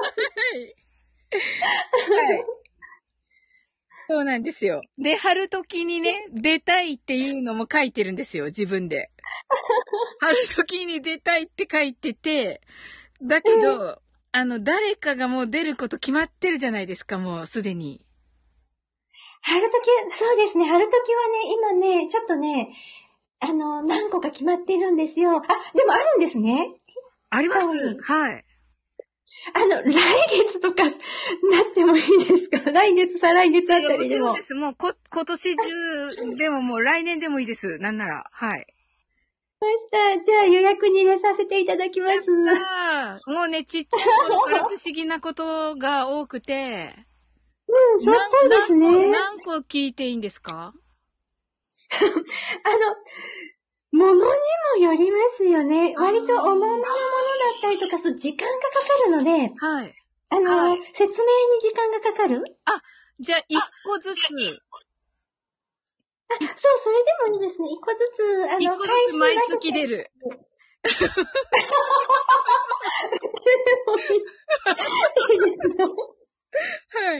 A: はい。そうなんですよ。で、春時にね、出たいっていうのも書いてるんですよ、自分で。春時に出たいって書いてて、だけど、あの、誰かがもう出ること決まってるじゃないですか、もうすでに。
B: 春時、そうですね、春時はね、今ね、ちょっとね、あの、何個か決まってるんですよ。あ、でもあるんですね。
A: あります。はい。
B: あの、来月とか、なってもいいですか？来月、再来月あたりでも。
A: もちろんです。もうこ、今年中でももう来年でもいいです。なんなら。はい。
B: ました。じゃあ予約に入れさせていただきます。
A: もうね、ちっちゃい頃から不思議なことが多くて。
B: うん、そうっぽいですね。
A: 何個聞いていいんですか？
B: あの、ものにもよりますよね。割と重めのものだったりとか、そう、時間がかかるので、はい。あの、はい、説明に時間がかかる？
A: あ、じゃあ一個ずつ。
B: あ、そう、それでもいいですね。一個ずつ、あの、
A: 回数毎月出る。
B: それでもいい。いいですよ。
A: はい。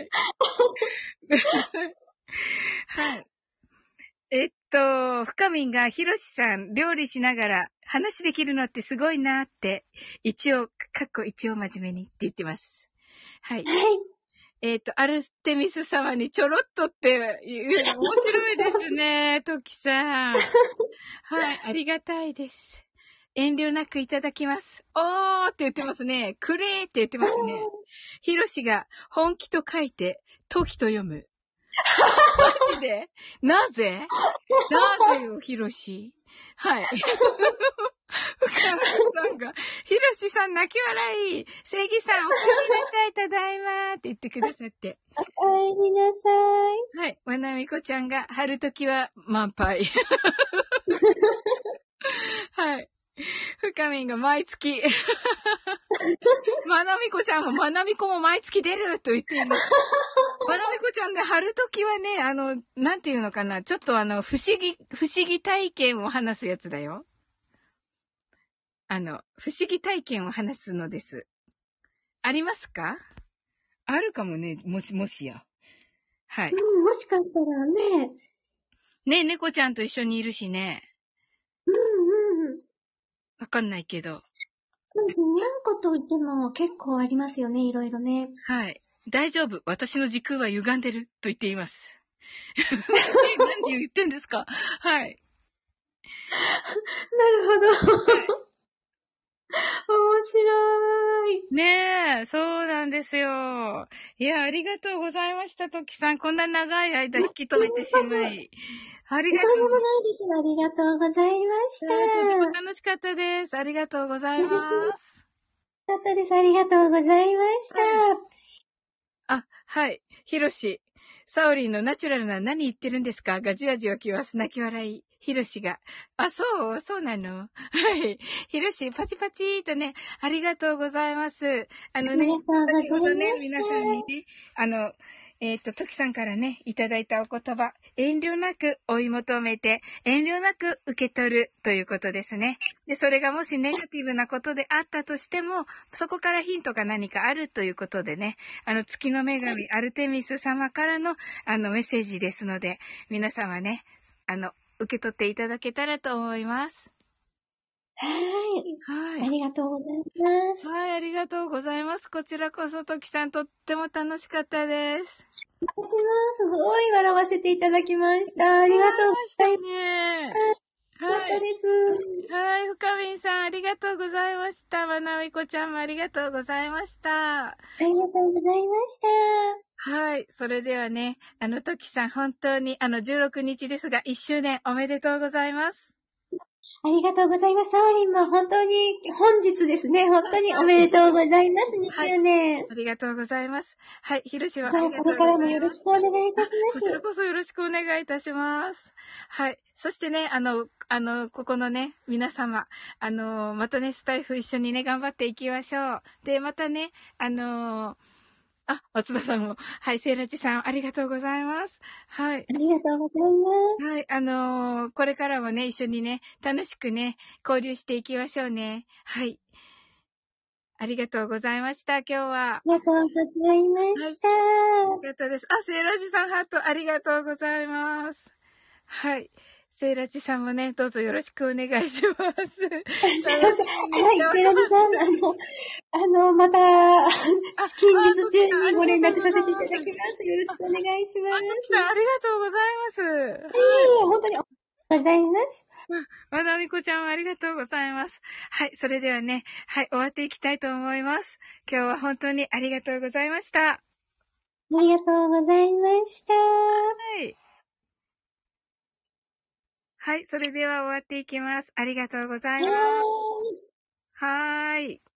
A: はい。えっと、深みんがひろしさん料理しながら話できるのってすごいなって、一応、かっこ一応真面目にって言ってます。はい。
B: はい。
A: えっと、アルテミス様にちょろっとっていう、面白いですね、トキさん。はい、ありがたいです。遠慮なくいただきます。おーって言ってますね。くれーって言ってますね。ひろしが本気と書いて、トキと読む。マジでなぜなぜよ、ひろし。はい。深村さんが、ひろしさん泣き笑い。正義さん、おかえりなさい、ただいまって言ってくださって。
B: おかえりなさい。
A: はい。まなみこちゃんが、春時は満杯。はい。深みんが毎月。まなみこちゃんも、まなみこも毎月出ると言っています。まなみこちゃんね、春時はね、あの、なんていうのかな。ちょっとあの、不思議、不思議体験を話すやつだよ。あの、不思議体験を話すのです。ありますか？あるかもね、もし、もしや。はい。
B: うん、もしかしたらね。
A: ねえ、猫ちゃんと一緒にいるしね。
B: うんうん。
A: わかんないけど。
B: そうですね。にゃんこと言っても結構ありますよね、いろいろね。
A: はい。大丈夫。私の時空は歪んでると言っています。何言ってんですか？はい。
B: なるほど。面白い。
A: ねえ、そうなんですよ。いや、ありがとうございました、トキさん。こんな長い間引き止めてしまい。ありがとう。
B: とんでもないです。ありがとうございまし
A: とても
B: た。
A: 楽しかったです。ありがとうございま
B: 嬉し
A: す。
B: かったです。ありがとうございました。
A: はい、あ、はい。ひろし。サオリンのナチュラルな何言ってるんですかがじわじわきます。泣き笑い。ひろしが。あ、そうそうなのはい。ひろし、パチパチーとね、ありがとうございます。あのね、
B: ありがとうござ
A: 先ほどね、
B: いまし
A: 皆さんにね、あの、えっ、と、トキさんからね、いただいたお言葉、遠慮なく追い求めて、遠慮なく受け取るということですね。で、それがもしネガティブなことであったとしても、そこからヒントが何かあるということでね、あの、月の女神、アルテミス様からの、あの、メッセージですので、皆様ね、あの、受け取っていただけたらと思います。
B: た。はい。
A: はい。
B: ありがとうございます。
A: はい、ありがとうございます。こちらこそ、トキさん、とっても楽しかったです。
B: 私もすごい笑わせていただきました。ありがとうございま
A: ね。
B: す。よかった
A: はい。
B: です。
A: はい、深みんさん、ありがとうございました。まなみこちゃんもありがとうございました。
B: ありがとうございました。
A: はい。それではね、あの、トキさん、本当に、あの、じゅうろくにちですが、いっしゅうねんおめでとうございます。
B: ありがとうございます。サオリンも本当に、本日ですね、本当におめでとうございます。にしゅうねん。はい、
A: ありがとうございます。はい。ひろしは
B: じゃあ、これからもよろしくお願いいたします。
A: こちらこそよろしくお願いいたします。はい。そしてね、あの、あの、ここのね、皆様、あの、またね、スタイフ一緒にね、頑張っていきましょう。で、またね、あの、あ、松田さんも、はい、セイラジさん、ありがとうございます。はい。
B: ありがとうございます。
A: はい、あのこれからもね、一緒にね、楽しくね、交流していきましょうね。はい。ありがとうございました、今日は。
B: ありがとうございました。
A: はい、ありがとうです。あ、セイラジさんハート、ありがとうございます。はい。セイラジさんもね、どうぞよろしくお願いします。
B: すいません。はい、セイラジさん、あの、あの、また、近日中にご連絡させていただきます。よろしくお願いします。
A: あ、トキさん、ありがとうございます。はい。
B: ええ、本当に、ございます。
A: まなみこちゃんもありがとうございます。はい。それではね、はい、終わっていきたいと思います。今日は本当にありがとうございました。
B: ありがとうございました。は
A: い。はい。それでは終わっていきます。ありがとうございます。はーい。